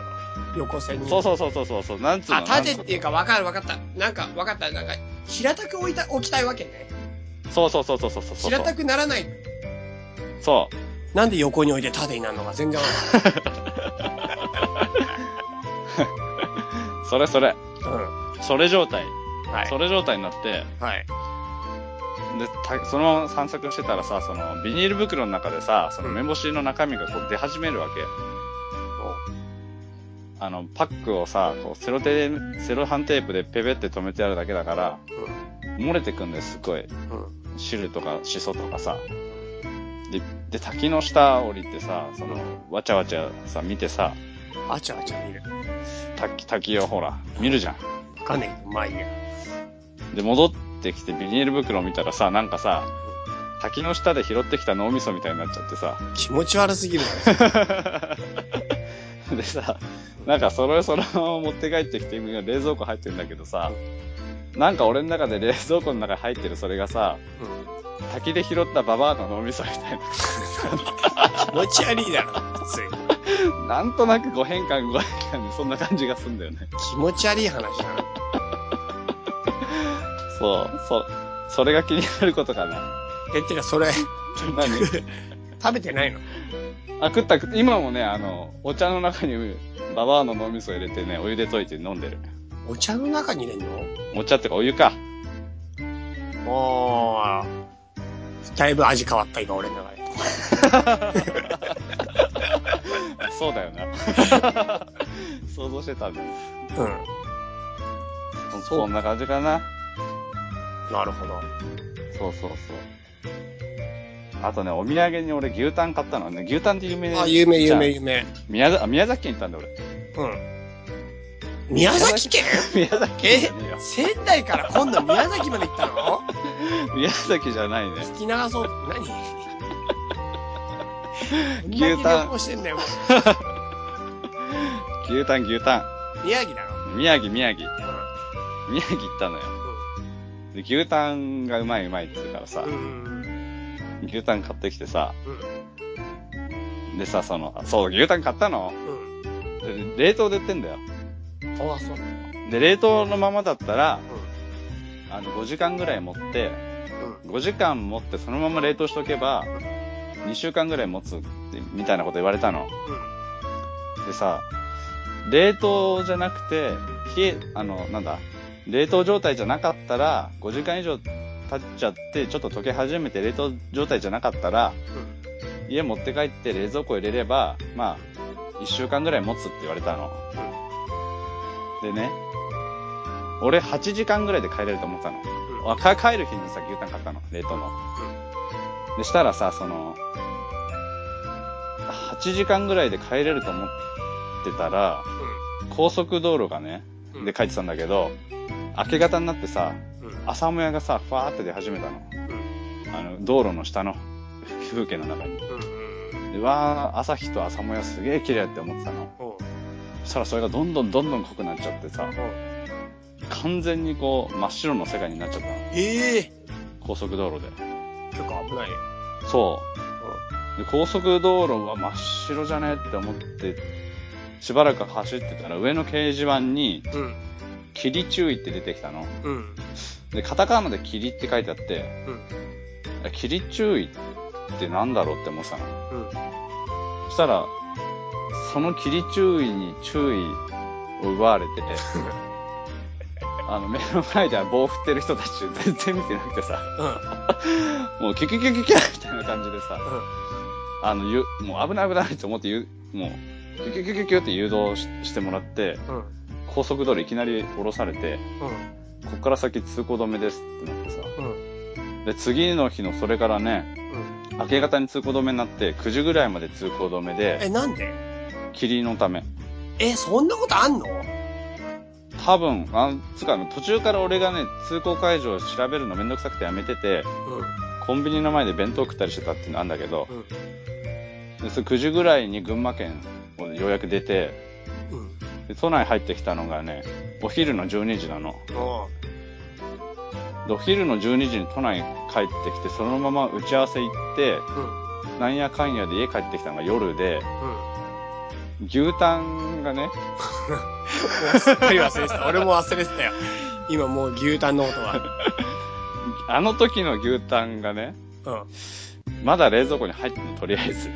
Speaker 3: 横線に。
Speaker 2: そうそうそうそうそう、なんつうの。
Speaker 3: あ、縦っていうか、わかるわかった。なんか、わかった。なんか、平たく置いた、置きたいわけね。
Speaker 2: そうそうそうそうそうそう。
Speaker 3: 平たくならない。
Speaker 2: そう。
Speaker 3: なんで横に置いて縦になるのか全然わかんない。
Speaker 2: それそれ。
Speaker 3: うん。
Speaker 2: それ状態。
Speaker 3: はい。
Speaker 2: それ状態になって、
Speaker 3: はい。
Speaker 2: で、たそのまま散策してたらさ、その、ビニール袋の中でさ、その、目星の中身がこう出始めるわけ。あの、パックをさ、こうセロテーセロハンテープでペペって止めてあるだけだから、うん、漏れてくんだよ、すごい。うん、汁とかシソとかさ。で、で、滝の下降りてさ、その、わちゃわちゃさ、見てさ、
Speaker 3: わちゃわちゃ見る。
Speaker 2: 滝、滝をほら、見るじゃん。
Speaker 3: わかんないけど、まあいいや。
Speaker 2: で、戻ってきてビニール袋を見たらさ、なんかさ、滝の下で拾ってきた脳みそみたいになっちゃってさ。
Speaker 3: 気持ち悪すぎる
Speaker 2: でさ、なんかそれそれを持って帰ってきて、今冷蔵庫入ってるんだけどさ、なんか俺の中で冷蔵庫の中に入ってるそれがさ、うん、滝で拾ったババアの脳みそみたいな。
Speaker 3: 気持ち悪いだろ、普通に。
Speaker 2: なんとなくご変換ご変換でそんな感じがすんだよね。
Speaker 3: 気持ち悪い話だな。
Speaker 2: そう、そ、それが気になることかな。
Speaker 3: え、てかそれ、
Speaker 2: 何
Speaker 3: 食べてないの？
Speaker 2: あ、食った食った。今もね、あの、お茶の中にババアの脳みそ入れてね、お湯で溶いて飲んでる。
Speaker 3: お茶の中に入れんの？
Speaker 2: お茶ってかお湯か。
Speaker 3: おー。だいぶ味変わった、今俺の中で。
Speaker 2: そうだよな。想像してたんだよ。
Speaker 3: うん。
Speaker 2: そんな感じかな。
Speaker 3: なるほど。
Speaker 2: そうそうそう。あとね、お土産に俺牛タン買ったのね。牛タンって有名
Speaker 3: あ、有名有名有名。
Speaker 2: 宮崎、あ、宮崎県行ったんだ俺。
Speaker 3: うん。宮崎県？
Speaker 2: 宮崎県。
Speaker 3: え、仙台から今度宮崎まで行ったの？
Speaker 2: 宮崎じゃないね。
Speaker 3: 聞き流そう。何？
Speaker 2: 牛タン。
Speaker 3: 旅行してんだよ、もう。
Speaker 2: 牛タン牛タン。
Speaker 3: 宮城だろ？
Speaker 2: 宮城宮城。うん。宮城行ったのよ。
Speaker 3: うん。
Speaker 2: で、牛タンがうまいうまいって言うからさ。うん。牛タン買ってきてさ、うん、でさ、その、そう、牛タン買ったの、うん、で冷凍で売ってんだよ。
Speaker 3: ああ、そう。
Speaker 2: で、冷凍のままだったら、うん、あの、ごじかんぐらい持って、うん、ごじかん持ってそのまま冷凍しとけば、うん、にしゅうかんぐらい持つって、みたいなこと言われたの。うん、でさ、冷凍じゃなくて、冷え、あの、なんだ、冷凍状態じゃなかったら、ごじかん以上経っちゃって、ちょっと溶け始めて冷凍状態じゃなかったら、うん、家持って帰って冷蔵庫入れれば、まあ、いっしゅうかんぐらい持つって言われたの。うん、でね、俺はちじかんぐらいで帰れると思ったの。うん、あか帰る日にさ、牛タン買ったの、冷凍の。うん、で、したらさ、その、はちじかんぐらいで帰れると思ってたら、うん、高速道路がね、で帰ってたんだけど、明け方になってさ、朝もやがさ、ファーって出始めたの。うん、あの、道路の下の風景の中に。うん、で、わー、朝日と朝もやすげえ綺麗って思ってたの。うん、そしたらそれがどんどんどんどん濃くなっちゃってさ、うん、完全にこう、真っ白の世界になっちゃったの。
Speaker 3: ええー、
Speaker 2: 高速道路で。
Speaker 3: 結構危ないね。
Speaker 2: そう。で、高速道路は真っ白じゃねって思って、しばらく走ってたら上の掲示板に、うん、霧注意って出てきたの。うん、で、カタカナで霧って書いてあって、うん、霧注意ってなんだろうって思ってたの。うん、そしたら、その霧注意に注意を奪われてて、あの、目の前では棒振ってる人たち全然見てなくてさ、うん、もうキュキュキュキュキュみたいな感じでさ、うん、あの、ゆ、もう危ない危ないと思ってゆ、もう、キュキュキュキュキュって誘導 し, してもらって、うん、高速道路いきなり降ろされて、うん、こっから先通行止めですってなってさ、うん、で、次の日のそれからね、 明け方に通行止めになって、くじぐらいまで通行止めで。
Speaker 3: え、なんで？
Speaker 2: 霧のため。
Speaker 3: え、そんなことあんの？
Speaker 2: 多分、あつか、途中から俺がね、通行解除を調べるのめんどくさくてやめてて、うん、コンビニの前で弁当食ったりしてたっていうのあるんだけど、うん、でそれくじぐらいに群馬県をようやく出て、うん、で都内入ってきたのがね、お昼のじゅうにじなの。でお昼のじゅうにじに都内帰ってきて、そのまま打ち合わせ行って、うん、なんやかんやで家帰ってきたのが夜で、うん、牛タンがね、
Speaker 3: もうすっかり忘れてた。俺も忘れてたよ。今もう牛タンのことは。
Speaker 2: あの時の牛タンがね、うん、まだ冷蔵庫に入ってるの、とりあえず。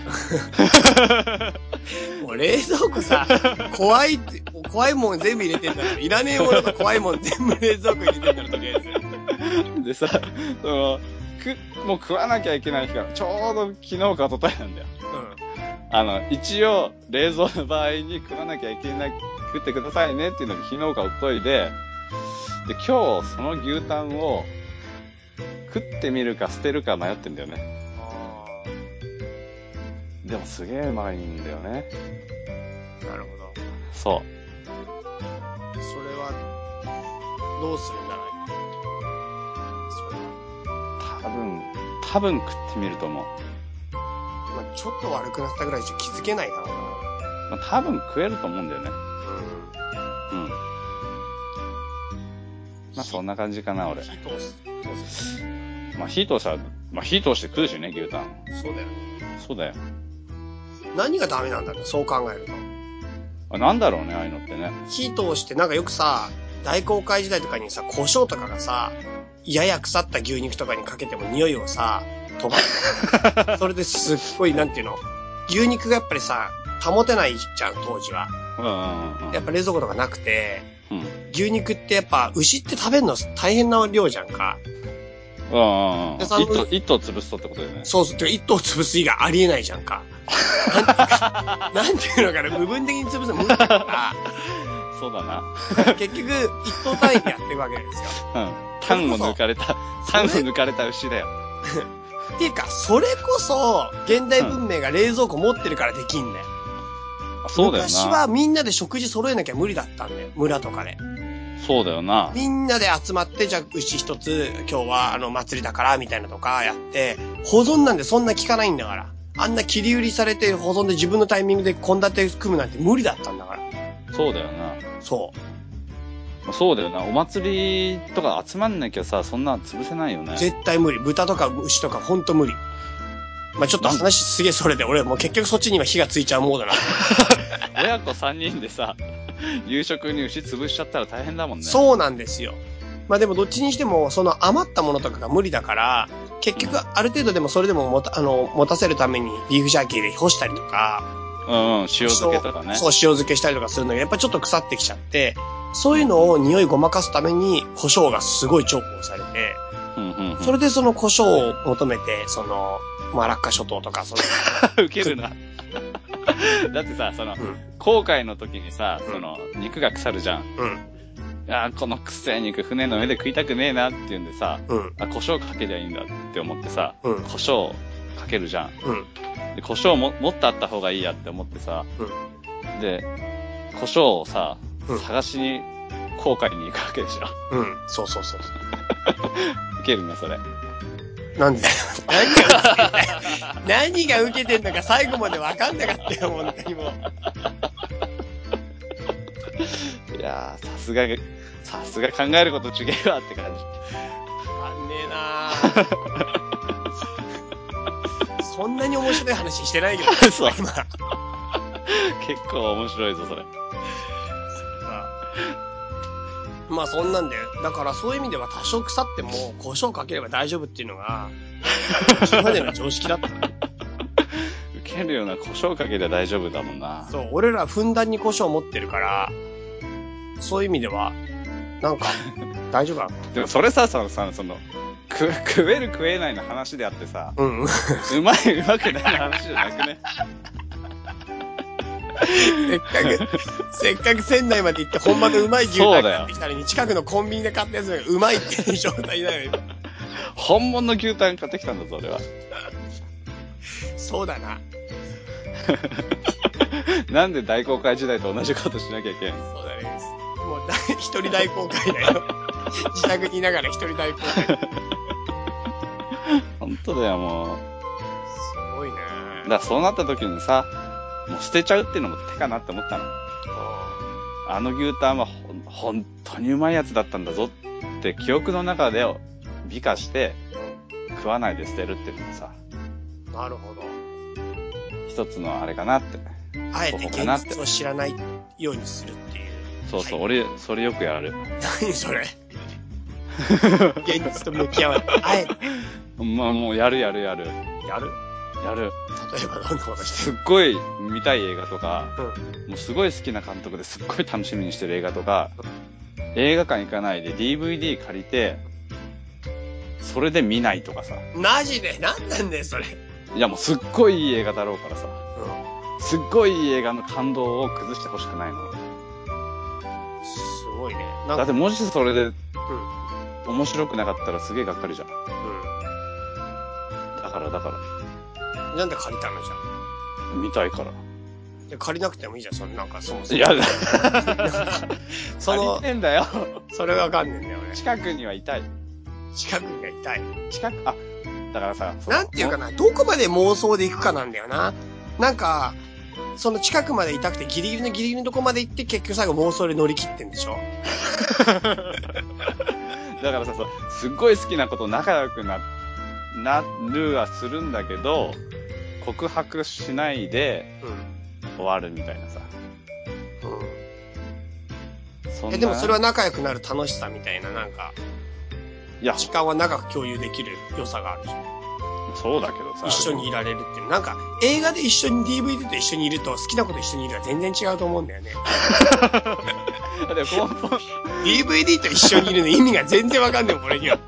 Speaker 3: もう冷蔵庫さ、怖いって、怖いもん全部入れてんだろ。いらねえものと怖いもん全部冷蔵庫入れてんだろ、とりあえ
Speaker 2: ず。でさ、その、く、もう食わなきゃいけない日が、ちょうど昨日か一昨日なんだよ。うん。あの、一応、冷蔵の場合に食わなきゃいけない、食ってくださいねっていうのに昨日か一昨日で、で、今日その牛タンを食ってみるか捨てるか迷ってんだよね。でもすげえうまいんだよね。
Speaker 3: なるほど。
Speaker 2: そう。
Speaker 3: それは、どうするんだろう。それは。
Speaker 2: 多分、多分食ってみると思う。
Speaker 3: まあ、ちょっと悪くなったぐらいじゃ気づけないだろうな。
Speaker 2: まあ、多分食えると思うんだよね。うん。うん。まあそんな感じかな、俺。
Speaker 3: 火通す。通す。
Speaker 2: まあ火通したら、まあ火通して食うしね、牛タン。
Speaker 3: そうだよね。
Speaker 2: そうだよ。
Speaker 3: 何がダメなんだろう、そう考えると。
Speaker 2: あ、なんだろうね、ああいうのってね。
Speaker 3: 火通してなんかよくさ、大航海時代とかにさ、胡椒とかがさ、やや腐った牛肉とかにかけても匂いをさ、飛ばす。それですっごい、なんていうの、牛肉がやっぱりさ、保てないじゃん、当時は。
Speaker 2: うんうんうん。
Speaker 3: やっぱ冷蔵庫とかなくて、
Speaker 2: うん、牛
Speaker 3: 肉ってやっぱ牛って食べるの大変な量じゃんか。
Speaker 2: うんうんうん。一頭、一頭潰すとってことだよね。
Speaker 3: そうそう。てか一頭潰す以外ありえないじゃんか。なんていうのかな、部分的に潰すの無理だから。
Speaker 2: そうだな。
Speaker 3: 結局、一頭単位でやっていくわけですよ。
Speaker 2: うん。タンを抜かれた、タンを抜かれた牛だよ。
Speaker 3: っていうか、それこそ、現代文明が冷蔵庫持ってるからできんね。
Speaker 2: うん、そうだよな。
Speaker 3: 昔はみんなで食事揃えなきゃ無理だったんだよ。村とかで。
Speaker 2: そうだよな。
Speaker 3: みんなで集まって、じゃあ牛一つ、今日はあの祭りだからみたいなとかやって、保存なんてそんな効かないんだから。あんな切り売りされて保存で自分のタイミングで献立組むなんて無理だったんだから。
Speaker 2: そうだよな。
Speaker 3: そう。
Speaker 2: そうだよな。お祭りとか集まんなきゃさ、そんな潰せないよね。
Speaker 3: 絶対無理。豚とか牛とかほんと無理。まあ、ちょっと話すげえそれで、俺もう結局そっちには火がついちゃうモードな。
Speaker 2: 親子三人でさ、夕食に牛潰しちゃったら大変だもんね。
Speaker 3: そうなんですよ。まあでもどっちにしても、その余ったものとかが無理だから、結局ある程度でもそれでももた、あの、持たせるためにビーフジャーキーで干したりとか、
Speaker 2: うんうん、塩漬けとかね。
Speaker 3: そう、塩漬けしたりとかするのに、やっぱちょっと腐ってきちゃって、そういうのを匂いごまかすために、胡椒がすごい重宝されて、
Speaker 2: うんうんうん、
Speaker 3: それでその胡椒を求めて、その、マラッカ諸島とか、その、
Speaker 2: ウケるな。だってさ、その、うん、航海の時にさ、その、肉が腐るじゃん。うん。あこのくせえ肉船の上で食いたくねえなって言うんでさ、うん、あ、胡椒かけりゃいいんだって思ってさ、うん、胡椒かけるじゃん。うん。で、胡椒も、もっとあった方がいいやって思ってさ、うん。で、胡椒をさ、うん、探しに航海に行くわけでしょ。
Speaker 3: うん。そうそうそう。
Speaker 2: ウケるな、それ。
Speaker 3: なんでだよ。何が受けてんだよ。何が受けてんのか最後まで分かんなかったよ、本当にもう。
Speaker 2: いやー、さすが、さすが考えること違えわって感じ。
Speaker 3: あんねえなー。そんなに面白い話してないけど、ね、
Speaker 2: そう。今。結構面白いぞ、それ。
Speaker 3: まあそんなんで、だからそういう意味では多少腐っても胡椒かければ大丈夫っていうのが、今までの常識だった。
Speaker 2: 受けるような胡椒かければ大丈夫だもんな。
Speaker 3: そう、俺らふんだんに胡椒持ってるから、そういう意味では、なんか、大丈夫だ。
Speaker 2: でもそれさ、そのさ、その、く、食える食えないの話であってさ、
Speaker 3: うん。う
Speaker 2: まい、うまくないの話じゃなくね。
Speaker 3: せっかく、せっかく仙台まで行って本場のうまい牛タン買ってきたのに、近くのコンビニで買ったやつがうまいっていう状態だよ。
Speaker 2: 本物の牛タン買ってきたんだぞ、俺は。
Speaker 3: そうだな。
Speaker 2: なんで大公開時代と同じことしなきゃいけん。
Speaker 3: そうだね。もう大、一人大公開だよ。自宅にいながら一人大公開。
Speaker 2: 本当だよ、もう。
Speaker 3: すごいね。
Speaker 2: だからそうなった時にさ、もう捨てちゃうっていうのも手かなって思ったの。あの牛タンはほん、本当にうまいやつだったんだぞって記憶の中で美化して食わないで捨てるっていうのもさ、
Speaker 3: なるほど。
Speaker 2: 一つのあれかなって。
Speaker 3: あえて現実を知らないようにするっていう。
Speaker 2: そうそう、
Speaker 3: はい、
Speaker 2: 俺、それよくやる。
Speaker 3: 何それ現実と向き合わない。あえて。
Speaker 2: まあもうやるやるやる。
Speaker 3: やる
Speaker 2: やる。
Speaker 3: 例えばどんなことして
Speaker 2: すっごい見たい映画とか、
Speaker 3: うん、
Speaker 2: もうすごい好きな監督ですっごい楽しみにしてる映画とか、映画館行かないで ディーブイディー 借りて、それで見ないとかさ。
Speaker 3: マジでなんなんだよ、それ。
Speaker 2: いやもうすっごいいい映画だろうからさ。
Speaker 3: うん、
Speaker 2: すっごいいい映画の感動を崩してほしくないの。
Speaker 3: すごいね。
Speaker 2: なんかだってもしそれで、
Speaker 3: うん、
Speaker 2: 面白くなかったらすげえがっかりじゃん。うん。だからだから。
Speaker 3: なんで借りたのじ
Speaker 2: ゃん。見たいから。
Speaker 3: いや、借りなくてもいいじゃん、そのなんかそもそも。
Speaker 2: いや、
Speaker 3: その、
Speaker 2: 借りてんだよ。
Speaker 3: それがわかんねえんだよね。
Speaker 2: 近くにはいたい。
Speaker 3: 近くにはいたい。
Speaker 2: 近く、あ、だからさ、
Speaker 3: なんていうかな、どこまで妄想で行くかなんだよな。なんか、その近くまでいたくてギリギリのギリギリのとこまで行って結局最後妄想で乗り切ってんでしょ
Speaker 2: だからさ、すっごい好きなこと仲良くな、なるはするんだけど、告白しないで、終わるみたいなさ。
Speaker 3: うん。そんな。え、でもそれは仲良くなる楽しさみたいな、なんか、いや、時間は長く共有できる良さがあるじゃん。
Speaker 2: そうだけどさ。
Speaker 3: 一緒にいられるっていう。なんか、映画で一緒に ディーブイディー と一緒にいると、好きなこと一緒にいるは全然違うと思うんだよね。
Speaker 2: でも根本
Speaker 3: ディーブイディー と一緒にいるの意味が全然わかんないもん、俺には。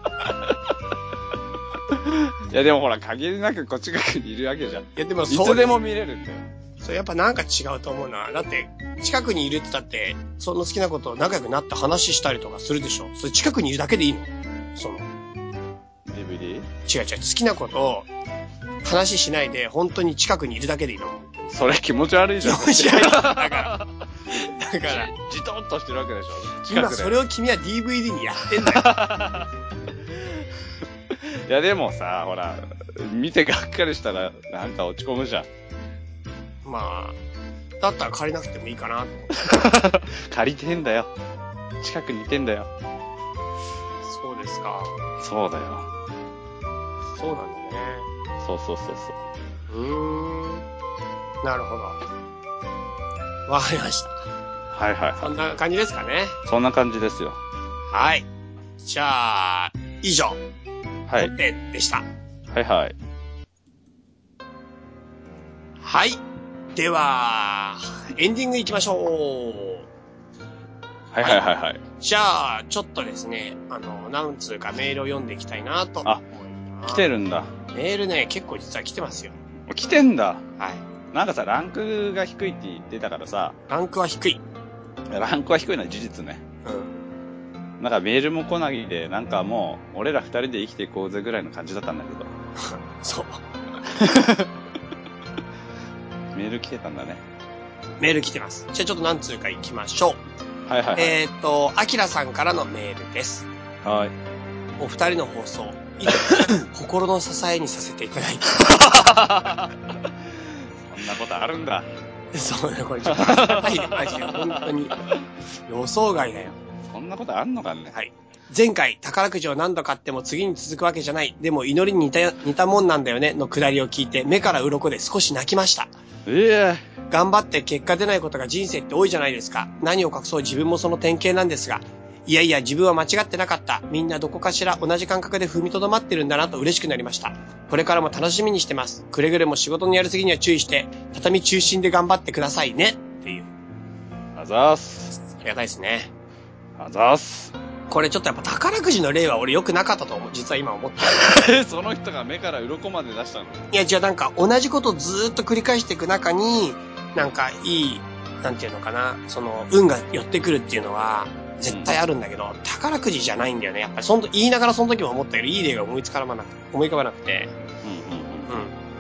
Speaker 2: いやでもほら、限りなくこっち側にいるわけじゃん。い
Speaker 3: やでも
Speaker 2: そう。いつでも見れるんだよ。
Speaker 3: そう、やっぱなんか違うと思うな。だって、近くにいるって言ったって、その好きなことを仲良くなって話したりとかするでしょ。それ近くにいるだけでいいの？その。
Speaker 2: ディーブイディー？
Speaker 3: 違う違う、好きなことを話しないで、本当に近くにいるだけでいいの。
Speaker 2: それ気持ち悪いじゃん。
Speaker 3: 気持ち悪い。だから。だから。
Speaker 2: じとっとしてるわけでしょ。
Speaker 3: 今それを君は ディーブイディー にやってんだよ。
Speaker 2: いやでもさ、ほら、見てがっかりしたらなんか落ち込むじゃん。
Speaker 3: まあ、だったら借りなくてもいいかなと思って。
Speaker 2: 借りてんだよ。近くにいてんだよ。
Speaker 3: そうですか。
Speaker 2: そうだよ。
Speaker 3: そうなんだね。
Speaker 2: そうそうそう
Speaker 3: そう。うーん。なるほど。わかりました。
Speaker 2: はいはいはい。
Speaker 3: そんな感じですかね。
Speaker 2: そんな感じですよ。
Speaker 3: はい。じゃあ、以上。
Speaker 2: はい。
Speaker 3: 本編でした。
Speaker 2: はいはい。
Speaker 3: はい。では、エンディング行きましょう。
Speaker 2: はいはいはいはい。
Speaker 3: じゃあ、ちょっとですね、あの、なんつうかメールを読んでいきたいなと思います。
Speaker 2: あ、来てるんだ。
Speaker 3: メールね、結構実は来てますよ。
Speaker 2: 来てんだ。
Speaker 3: はい。
Speaker 2: なんかさ、ランクが低いって言ってたからさ。
Speaker 3: ランクは低い。
Speaker 2: ランクは低いのは事実ね。うん。なんかメールも来ないで、なんかもう、俺ら二人で生きていこうぜぐらいの感じだったんだけど。
Speaker 3: そう。
Speaker 2: メール来てたんだね。
Speaker 3: メール来てます。じゃあちょっと何通か行きましょう。
Speaker 2: はいはいはい。
Speaker 3: えっと、アキラさんからのメールです。
Speaker 2: はい。
Speaker 3: お二人の放送、心の支えにさせていただいて。
Speaker 2: そんなことあるんだ。
Speaker 3: そうね、これちょっとありがたいね、マジで。本当に。予想外だよ。
Speaker 2: そんなことあんのかね。
Speaker 3: はい。前回、宝くじを何度買っても次に続くわけじゃない。でも祈りに似た、似たもんなんだよね、のくだりを聞いて、目から鱗で少し泣きました。
Speaker 2: ええー。
Speaker 3: 頑張って結果出ないことが人生って多いじゃないですか。何を隠そう自分もその典型なんですが。いやいや、自分は間違ってなかった。みんなどこかしら同じ感覚で踏みとどまってるんだなと嬉しくなりました。これからも楽しみにしてます。くれぐれも仕事のやりすぎには注意して、畳中心で頑張ってくださいね。っていう。
Speaker 2: あざーす。
Speaker 3: ありがたいですね。
Speaker 2: あざーす。
Speaker 3: これちょっとやっぱ宝くじの例は俺良くなかったと思う。実は今思った。
Speaker 2: え、その人が目から鱗まで出したの？
Speaker 3: いや、じゃあなんか同じことをずーっと繰り返していく中に、なんかいい、なんていうのかな、その、運が寄ってくるっていうのは、絶対あるんだけど、うん、宝くじじゃないんだよね。やっぱりその、言いながらその時も思ったけど、いい例が思いつかまなく、思い浮かばなくて。うんうんうん。うん。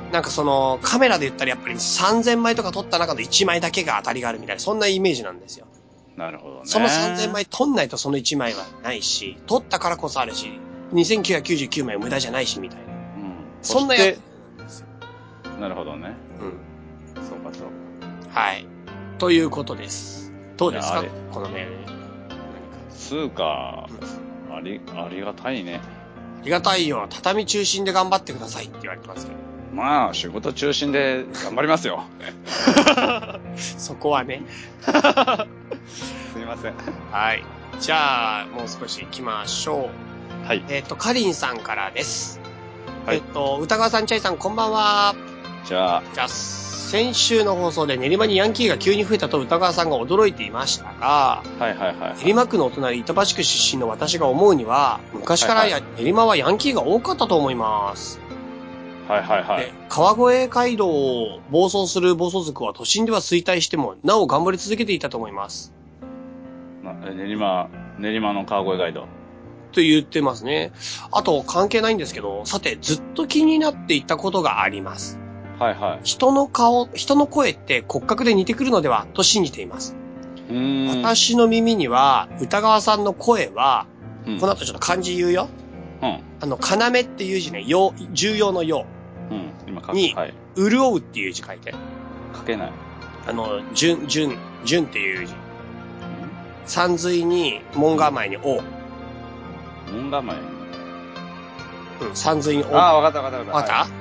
Speaker 3: なんかその、カメラで言ったらやっぱりさんぜんまいとか撮った中のいちまいだけが当たりがあるみたいな、そんなイメージなんですよ。
Speaker 2: なるほどね。
Speaker 3: そのさんぜんまい撮んないとそのいちまいはないし、撮ったからこそあるし、にせんきゅうひゃくきゅうじゅうきゅうまいは無駄じゃないし、みたいな。
Speaker 2: うん。
Speaker 3: そんなやつなんですよ。
Speaker 2: なるほどね。
Speaker 3: うん。
Speaker 2: そうかそうか。
Speaker 3: はい。ということです。どうですか
Speaker 2: いやあれ
Speaker 3: このメール。
Speaker 2: つうか、あり、ありがたいね。
Speaker 3: ありがたいよ。畳中心で頑張ってくださいって言われてますけど。
Speaker 2: まあ、仕事中心で頑張りますよ。
Speaker 3: そこはね。
Speaker 2: すみません。
Speaker 3: はい。じゃあ、もう少し行きましょう。
Speaker 2: はい。
Speaker 3: えっと、かりんさんからです。
Speaker 2: はい
Speaker 3: えっと、歌川さん、チャイさん、こんばんは。
Speaker 2: じゃあ、
Speaker 3: じゃあ、先週の放送で練馬にヤンキーが急に増えたと歌川さんが驚いていましたが、
Speaker 2: はいはいはい、はい。
Speaker 3: 練馬区のお隣、板橋区出身の私が思うには、昔からや、
Speaker 2: はい
Speaker 3: 練馬はヤンキーが多かったと思います。
Speaker 2: はいはいはい
Speaker 3: で。川越街道を暴走する暴走族は都心では衰退しても、なお頑張り続けていたと思います。
Speaker 2: な練馬、練馬の川越街道。
Speaker 3: と言ってますね。あと、関係ないんですけど、さて、ずっと気になっていたことがあります。
Speaker 2: はいはい。
Speaker 3: 人の顔、人の声って骨格で似てくるのではと信じています。
Speaker 2: うーん。
Speaker 3: 私の耳には、歌川さんの声は、
Speaker 2: うん、
Speaker 3: この後ちょっと漢字言うよ。
Speaker 2: うん。
Speaker 3: あの、要っていう字ね、よ、重要のよ。
Speaker 2: うん。今書く。
Speaker 3: に、
Speaker 2: はい。
Speaker 3: 潤うっていう字書いて。
Speaker 2: 書けない。
Speaker 3: あの、順、順、順っていう字。
Speaker 2: うん、
Speaker 3: 三髄に、門構えにお。
Speaker 2: 門構え。
Speaker 3: うん、三髄にお。
Speaker 2: ああ、わかったわかったわかった。
Speaker 3: わかった、はい、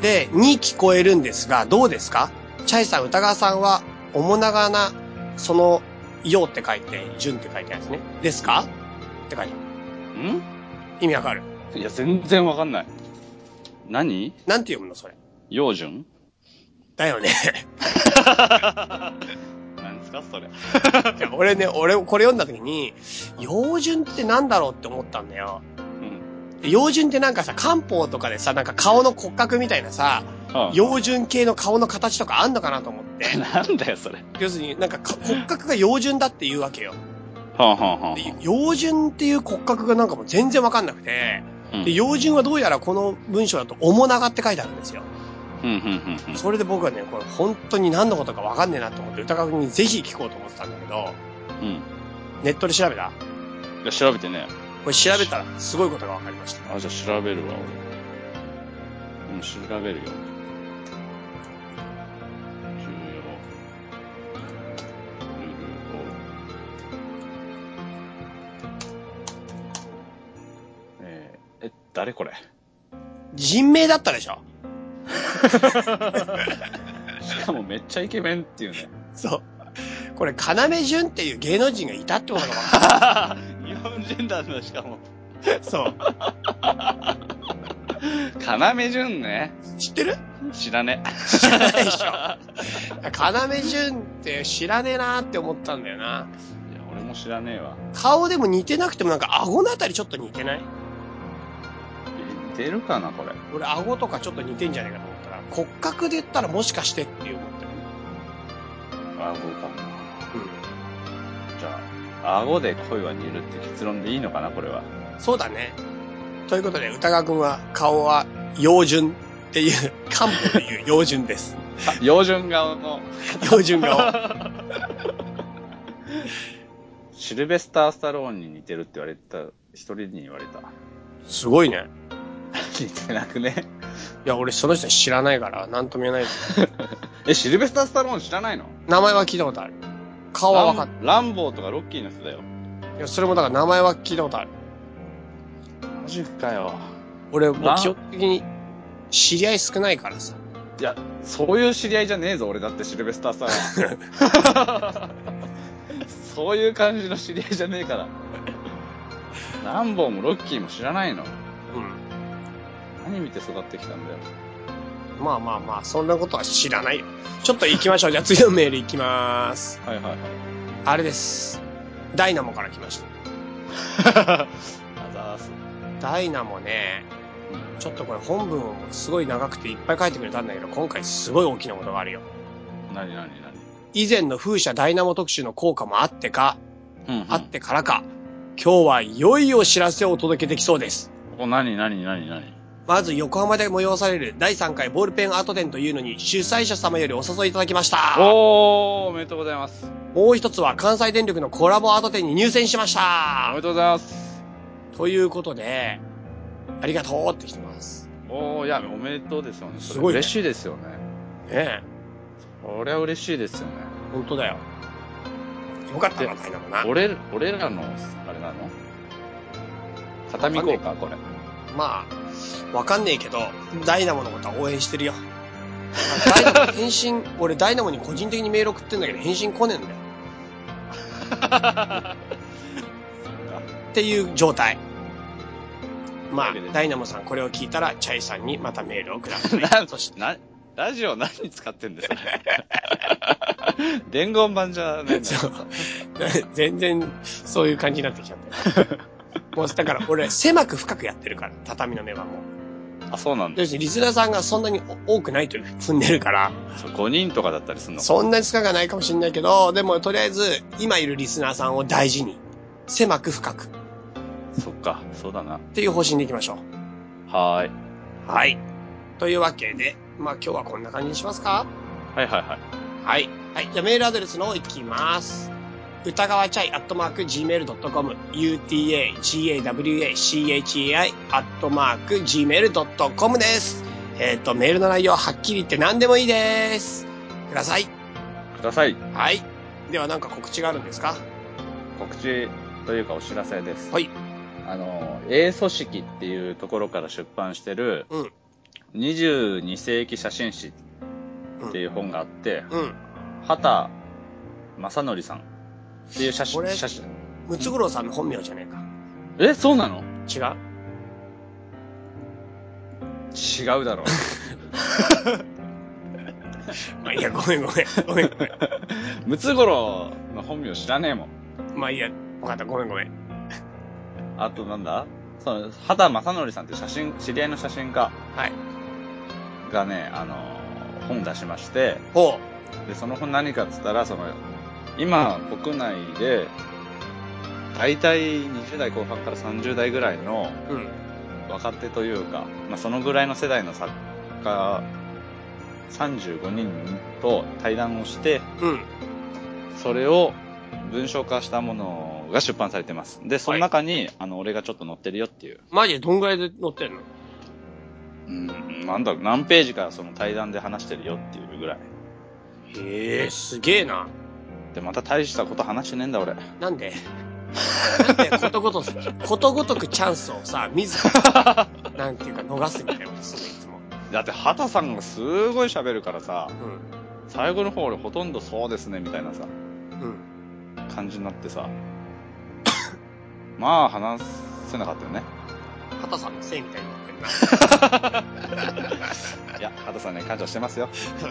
Speaker 3: で、に聞こえるんですが、どうですか？チャイさん、歌川さんは、面長な、その、よって書いて、順って書いてあるんですね。ですかって書いてある。
Speaker 2: ん？
Speaker 3: 意味わかる？
Speaker 2: いや、全然わかんない。何？
Speaker 3: なんて読むのそれ。
Speaker 2: 陽順？
Speaker 3: だよね。
Speaker 2: 何ですかそれ。
Speaker 3: いや、俺ね、俺、これ読んだ時に、陽順ってなんだろうって思ったんだよ。うん。陽順ってなんかさ、漢方とかでさ、なんか顔の骨格みたいなさ、陽順系の顔の形とかあんのかなと思って。
Speaker 2: なんだよ、それ。
Speaker 3: 要するになんか骨格が陽順だって言うわけよ。
Speaker 2: はあはあはあ、
Speaker 3: 陽順っていう骨格がなんかもう全然わかんなくて、うん、で陽順はどうやらこの文章だと面長って書いてあるんですよ。
Speaker 2: うんうんうんうん、
Speaker 3: それで僕はね、これ本当に何のことかわかんねえなと思って歌川君にぜひ聞こうと思ってたんだけど、うん、ネットで調べた？
Speaker 2: いや、調べてね。
Speaker 3: これ調べたらすごいことがわかりました。
Speaker 2: あ、じゃあ調べるわ、俺。うん、調べるよ。え、誰これ？
Speaker 3: 人名だったでしょ？
Speaker 2: しかもめっちゃイケメンっていうね。
Speaker 3: そう。これ、要潤っていう芸能人がいたってことが分かる。
Speaker 2: 日本人なんだ、しかも。
Speaker 3: そう。
Speaker 2: 要潤ね。
Speaker 3: 知ってる？
Speaker 2: 知らね
Speaker 3: え。知らないでしょ。要潤って知らねえなーって思ったんだよな。いや、
Speaker 2: 俺も知らねえわ。
Speaker 3: 顔でも似てなくてもなんか顎のあたりちょっと似てない？
Speaker 2: 似てるかな、これ。
Speaker 3: 俺、顎とかちょっと似てんじゃないかと思ったら、骨格で言ったらもしかしてっていう思ったよね。
Speaker 2: 顎かな。うん。じゃあ、顎で声は似るって結論でいいのかな、これは。
Speaker 3: そうだね。ということで、歌川くんは顔は陽順っていう、漢方でいう陽順です。
Speaker 2: 陽順顔の。
Speaker 3: 陽順顔。
Speaker 2: シルベスター・スタローンに似てるって言われた、一人に言われた。
Speaker 3: すごいね。
Speaker 2: 似てなくね？
Speaker 3: いや、俺その人知らないから、なんとも言えない。
Speaker 2: え、シルベスター・スタローン知らないの？
Speaker 3: 名前は聞いたことある。顔はわかんない。
Speaker 2: ランボーとかロッキーの人だよ。
Speaker 3: いや、それもだから名前は聞いたことある。
Speaker 2: マジかよ。
Speaker 3: 俺、もう基本的に知り合い少ないからさ。
Speaker 2: いや、そういう知り合いじゃねえぞ、俺だってシルベスター・スタローン。そういう感じの知り合いじゃねえから。ランボーもロッキーも知らないの。うん。何見て育ってきたんだよ。
Speaker 3: まあまあまあ、そんなことは知らないよ。ちょっと行きましょう。じゃあ次のメール行きまーす。
Speaker 2: はいはいはい。
Speaker 3: あれです。ダイナモから来ました。あざーす。ダイナモね、ちょっとこれ本文もすごい長くていっぱい書いてくれたんだけど、今回すごい大きなことがあるよ。
Speaker 2: なになになに？
Speaker 3: 以前の風車ダイナモ特集の効果もあってか、うんうん、あってからか、今日はいよいよ知らせをお届けできそうです。
Speaker 2: お、なになになになに？
Speaker 3: まず横浜で催されるだいさんかいボールペンアート展というのに主催者様よりお誘いいただきました。
Speaker 2: おー、おめでとうございます。
Speaker 3: もう一つは関西電力のコラボアート展に入選しました。
Speaker 2: おめでとうございます。
Speaker 3: ということで、ありがとうって来てます。
Speaker 2: おー、いや、おめでとうですよね。
Speaker 3: すごいね。
Speaker 2: 嬉しいですよね。
Speaker 3: ねえ。
Speaker 2: そりゃ嬉しいですよね。
Speaker 3: ほんとだよ。よかったな、ダイナモな。
Speaker 2: 俺、俺らの、あれなの畳みこうか、これ。
Speaker 3: まあ、わかんねえけど、ダイナモのことは応援してるよ。ダイナモ返信、俺ダイナモに個人的にメール送ってんだけど返信来ねえんだよ。っていう状態。まあ、ダイナモさんこれを聞いたら、チャイさんにまたメールをください。
Speaker 2: な、そしてな、ラジオ何に使ってんですか伝言版じゃないんだよ。
Speaker 3: 全然、そういう感じになってきちゃった。もう、だから俺、狭く深くやってるから、畳の目はもう。
Speaker 2: あ、そうなんだ。
Speaker 3: 要するにリスナーさんがそんなに多くないと踏んでるから。
Speaker 2: ごにんとかだったりするのか。
Speaker 3: そんなに使がないかもしれないけど、でもとりあえず、今いるリスナーさんを大事に。狭く深く。
Speaker 2: そっか、そうだな。
Speaker 3: っていう方針でいきましょ
Speaker 2: う。はーい。
Speaker 3: はい。というわけで、まあ今日はこんな感じにしますか？
Speaker 2: はいはいはい。
Speaker 3: はい。はい。じゃあメールアドレスの方いきます。歌川チャイアットマーク ジーメールドットコム ユーティーエージーエーダブリューエーシーエイチエーアイ アットマーク ジーメールドットコム です。えっと、メールの内容はっきり言って何でもいいです。ください。
Speaker 2: ください。
Speaker 3: はい。ではなんか告知があるんですか？
Speaker 2: 告知というかお知らせです。
Speaker 3: はい。
Speaker 2: あの、英組織っていうところから出版してる、
Speaker 3: うん。
Speaker 2: にじゅうに世紀写真史っていう本があって、
Speaker 3: うん。
Speaker 2: 畑正則さんっていう写真、写真。
Speaker 3: ムツゴロウさんの本名じゃねえか。
Speaker 2: え、そうなの？
Speaker 3: 違う？
Speaker 2: 違うだろう。
Speaker 3: まあいいや、ごめんごめん。ごめんごめん。
Speaker 2: ムツゴロウの本名知らねえもん。
Speaker 3: まあいいや、わかった、ごめんごめん。
Speaker 2: あとなんだ？その、畑正則さんって写真、知り合いの写真家。
Speaker 3: はい。
Speaker 2: がね、あの、本出しまして。
Speaker 3: ほ
Speaker 2: う。で、その本何かって言ったら、その、今、国内で、大体にじゅう代後半からさんじゅう代ぐらいの、うん。若手というか、まあ、そのぐらいの世代の作家、さんじゅうごにんと対談をして、うん。それを文章化したものが出版されてます。で、その中に、はい、あの、俺がちょっと載ってるよっていう。
Speaker 3: マジでどんぐらいで載ってるの？
Speaker 2: うん、なんだろう、何ページかその対談で話してるよっていうぐらい。
Speaker 3: へえ、すげえな。
Speaker 2: で、また大したこと話してねえんだ、俺。
Speaker 3: なんでなんでことごとく、ことごとくチャンスをさ、自ら、なんていうか逃すみたいなことするの、いつも。
Speaker 2: だって、畑さんがすごい喋るからさ、うん、最後の方俺ほとんどそうですね、みたいなさ、うん、感じになってさ、まあ話せなかったよね。
Speaker 3: 畑さんのせいみたいになってるな。
Speaker 2: いや、畑さんね、感謝してますよ。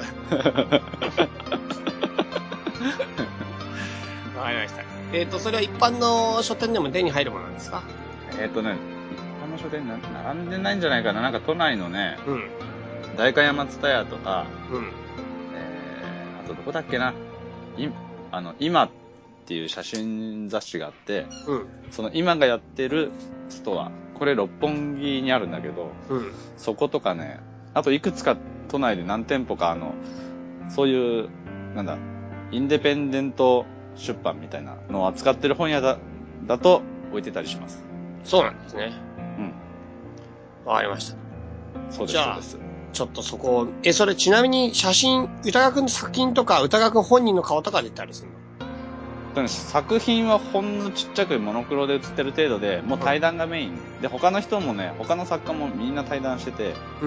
Speaker 3: わかりました。えっ、ー、と、それは一般の書店でも手に入るものなんですか？
Speaker 2: えっ、ー、とね、一般の書店に並んでないんじゃないかな。なんか都内のね、うん、代官山蔦屋とか、うん、えー、あとどこだっけな、い、あの、今っていう写真雑誌があって、うん、その今がやってるストア、これ六本木にあるんだけど、うん、そことかね、あといくつか都内で何店舗かあの、そういう、なんだ、インデペンデント出版みたいなのを扱ってる本屋だ、だと置いてたりします。
Speaker 3: そうなんですね。うん。わかりました。
Speaker 2: そうです、そうです。
Speaker 3: ちょっとそこ、え、それちなみに写真、歌川くんの作品とか、歌川くん本人の顔とか出たりするの？
Speaker 2: 作品はほんのちっちゃくモノクロで写ってる程度で、もう対談がメイン。うん、で、他の人もね、他の作家もみんな対談してて、うん。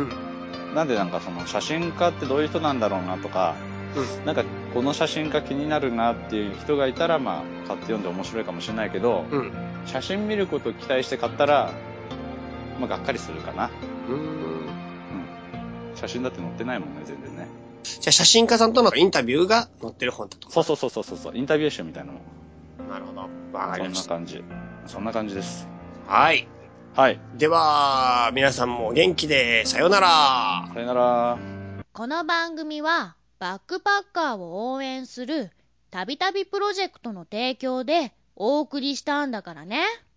Speaker 2: なんでなんかその写真家ってどういう人なんだろうなとか、うん、なんかこの写真家気になるなっていう人がいたら、まあ買って読んで面白いかもしれないけど、うん、写真見ることを期待して買ったら、まあがっかりするかな。うーん。うん。写真だって載ってないもんね、全然ね。
Speaker 3: じゃあ写真家さんとのインタビューが載ってる本だと。
Speaker 2: そうそうそうそうそう、インタビュー集みたいなの。
Speaker 3: なるほど。わかりました。
Speaker 2: そんな感じ。そんな感じです。
Speaker 3: はい。
Speaker 2: はい。
Speaker 3: では、皆さんも元気で、さよなら。
Speaker 2: さよなら。
Speaker 4: この番組は、バックパッカーを応援する、たびたびプロジェクトの提供でお送りしたんだからね。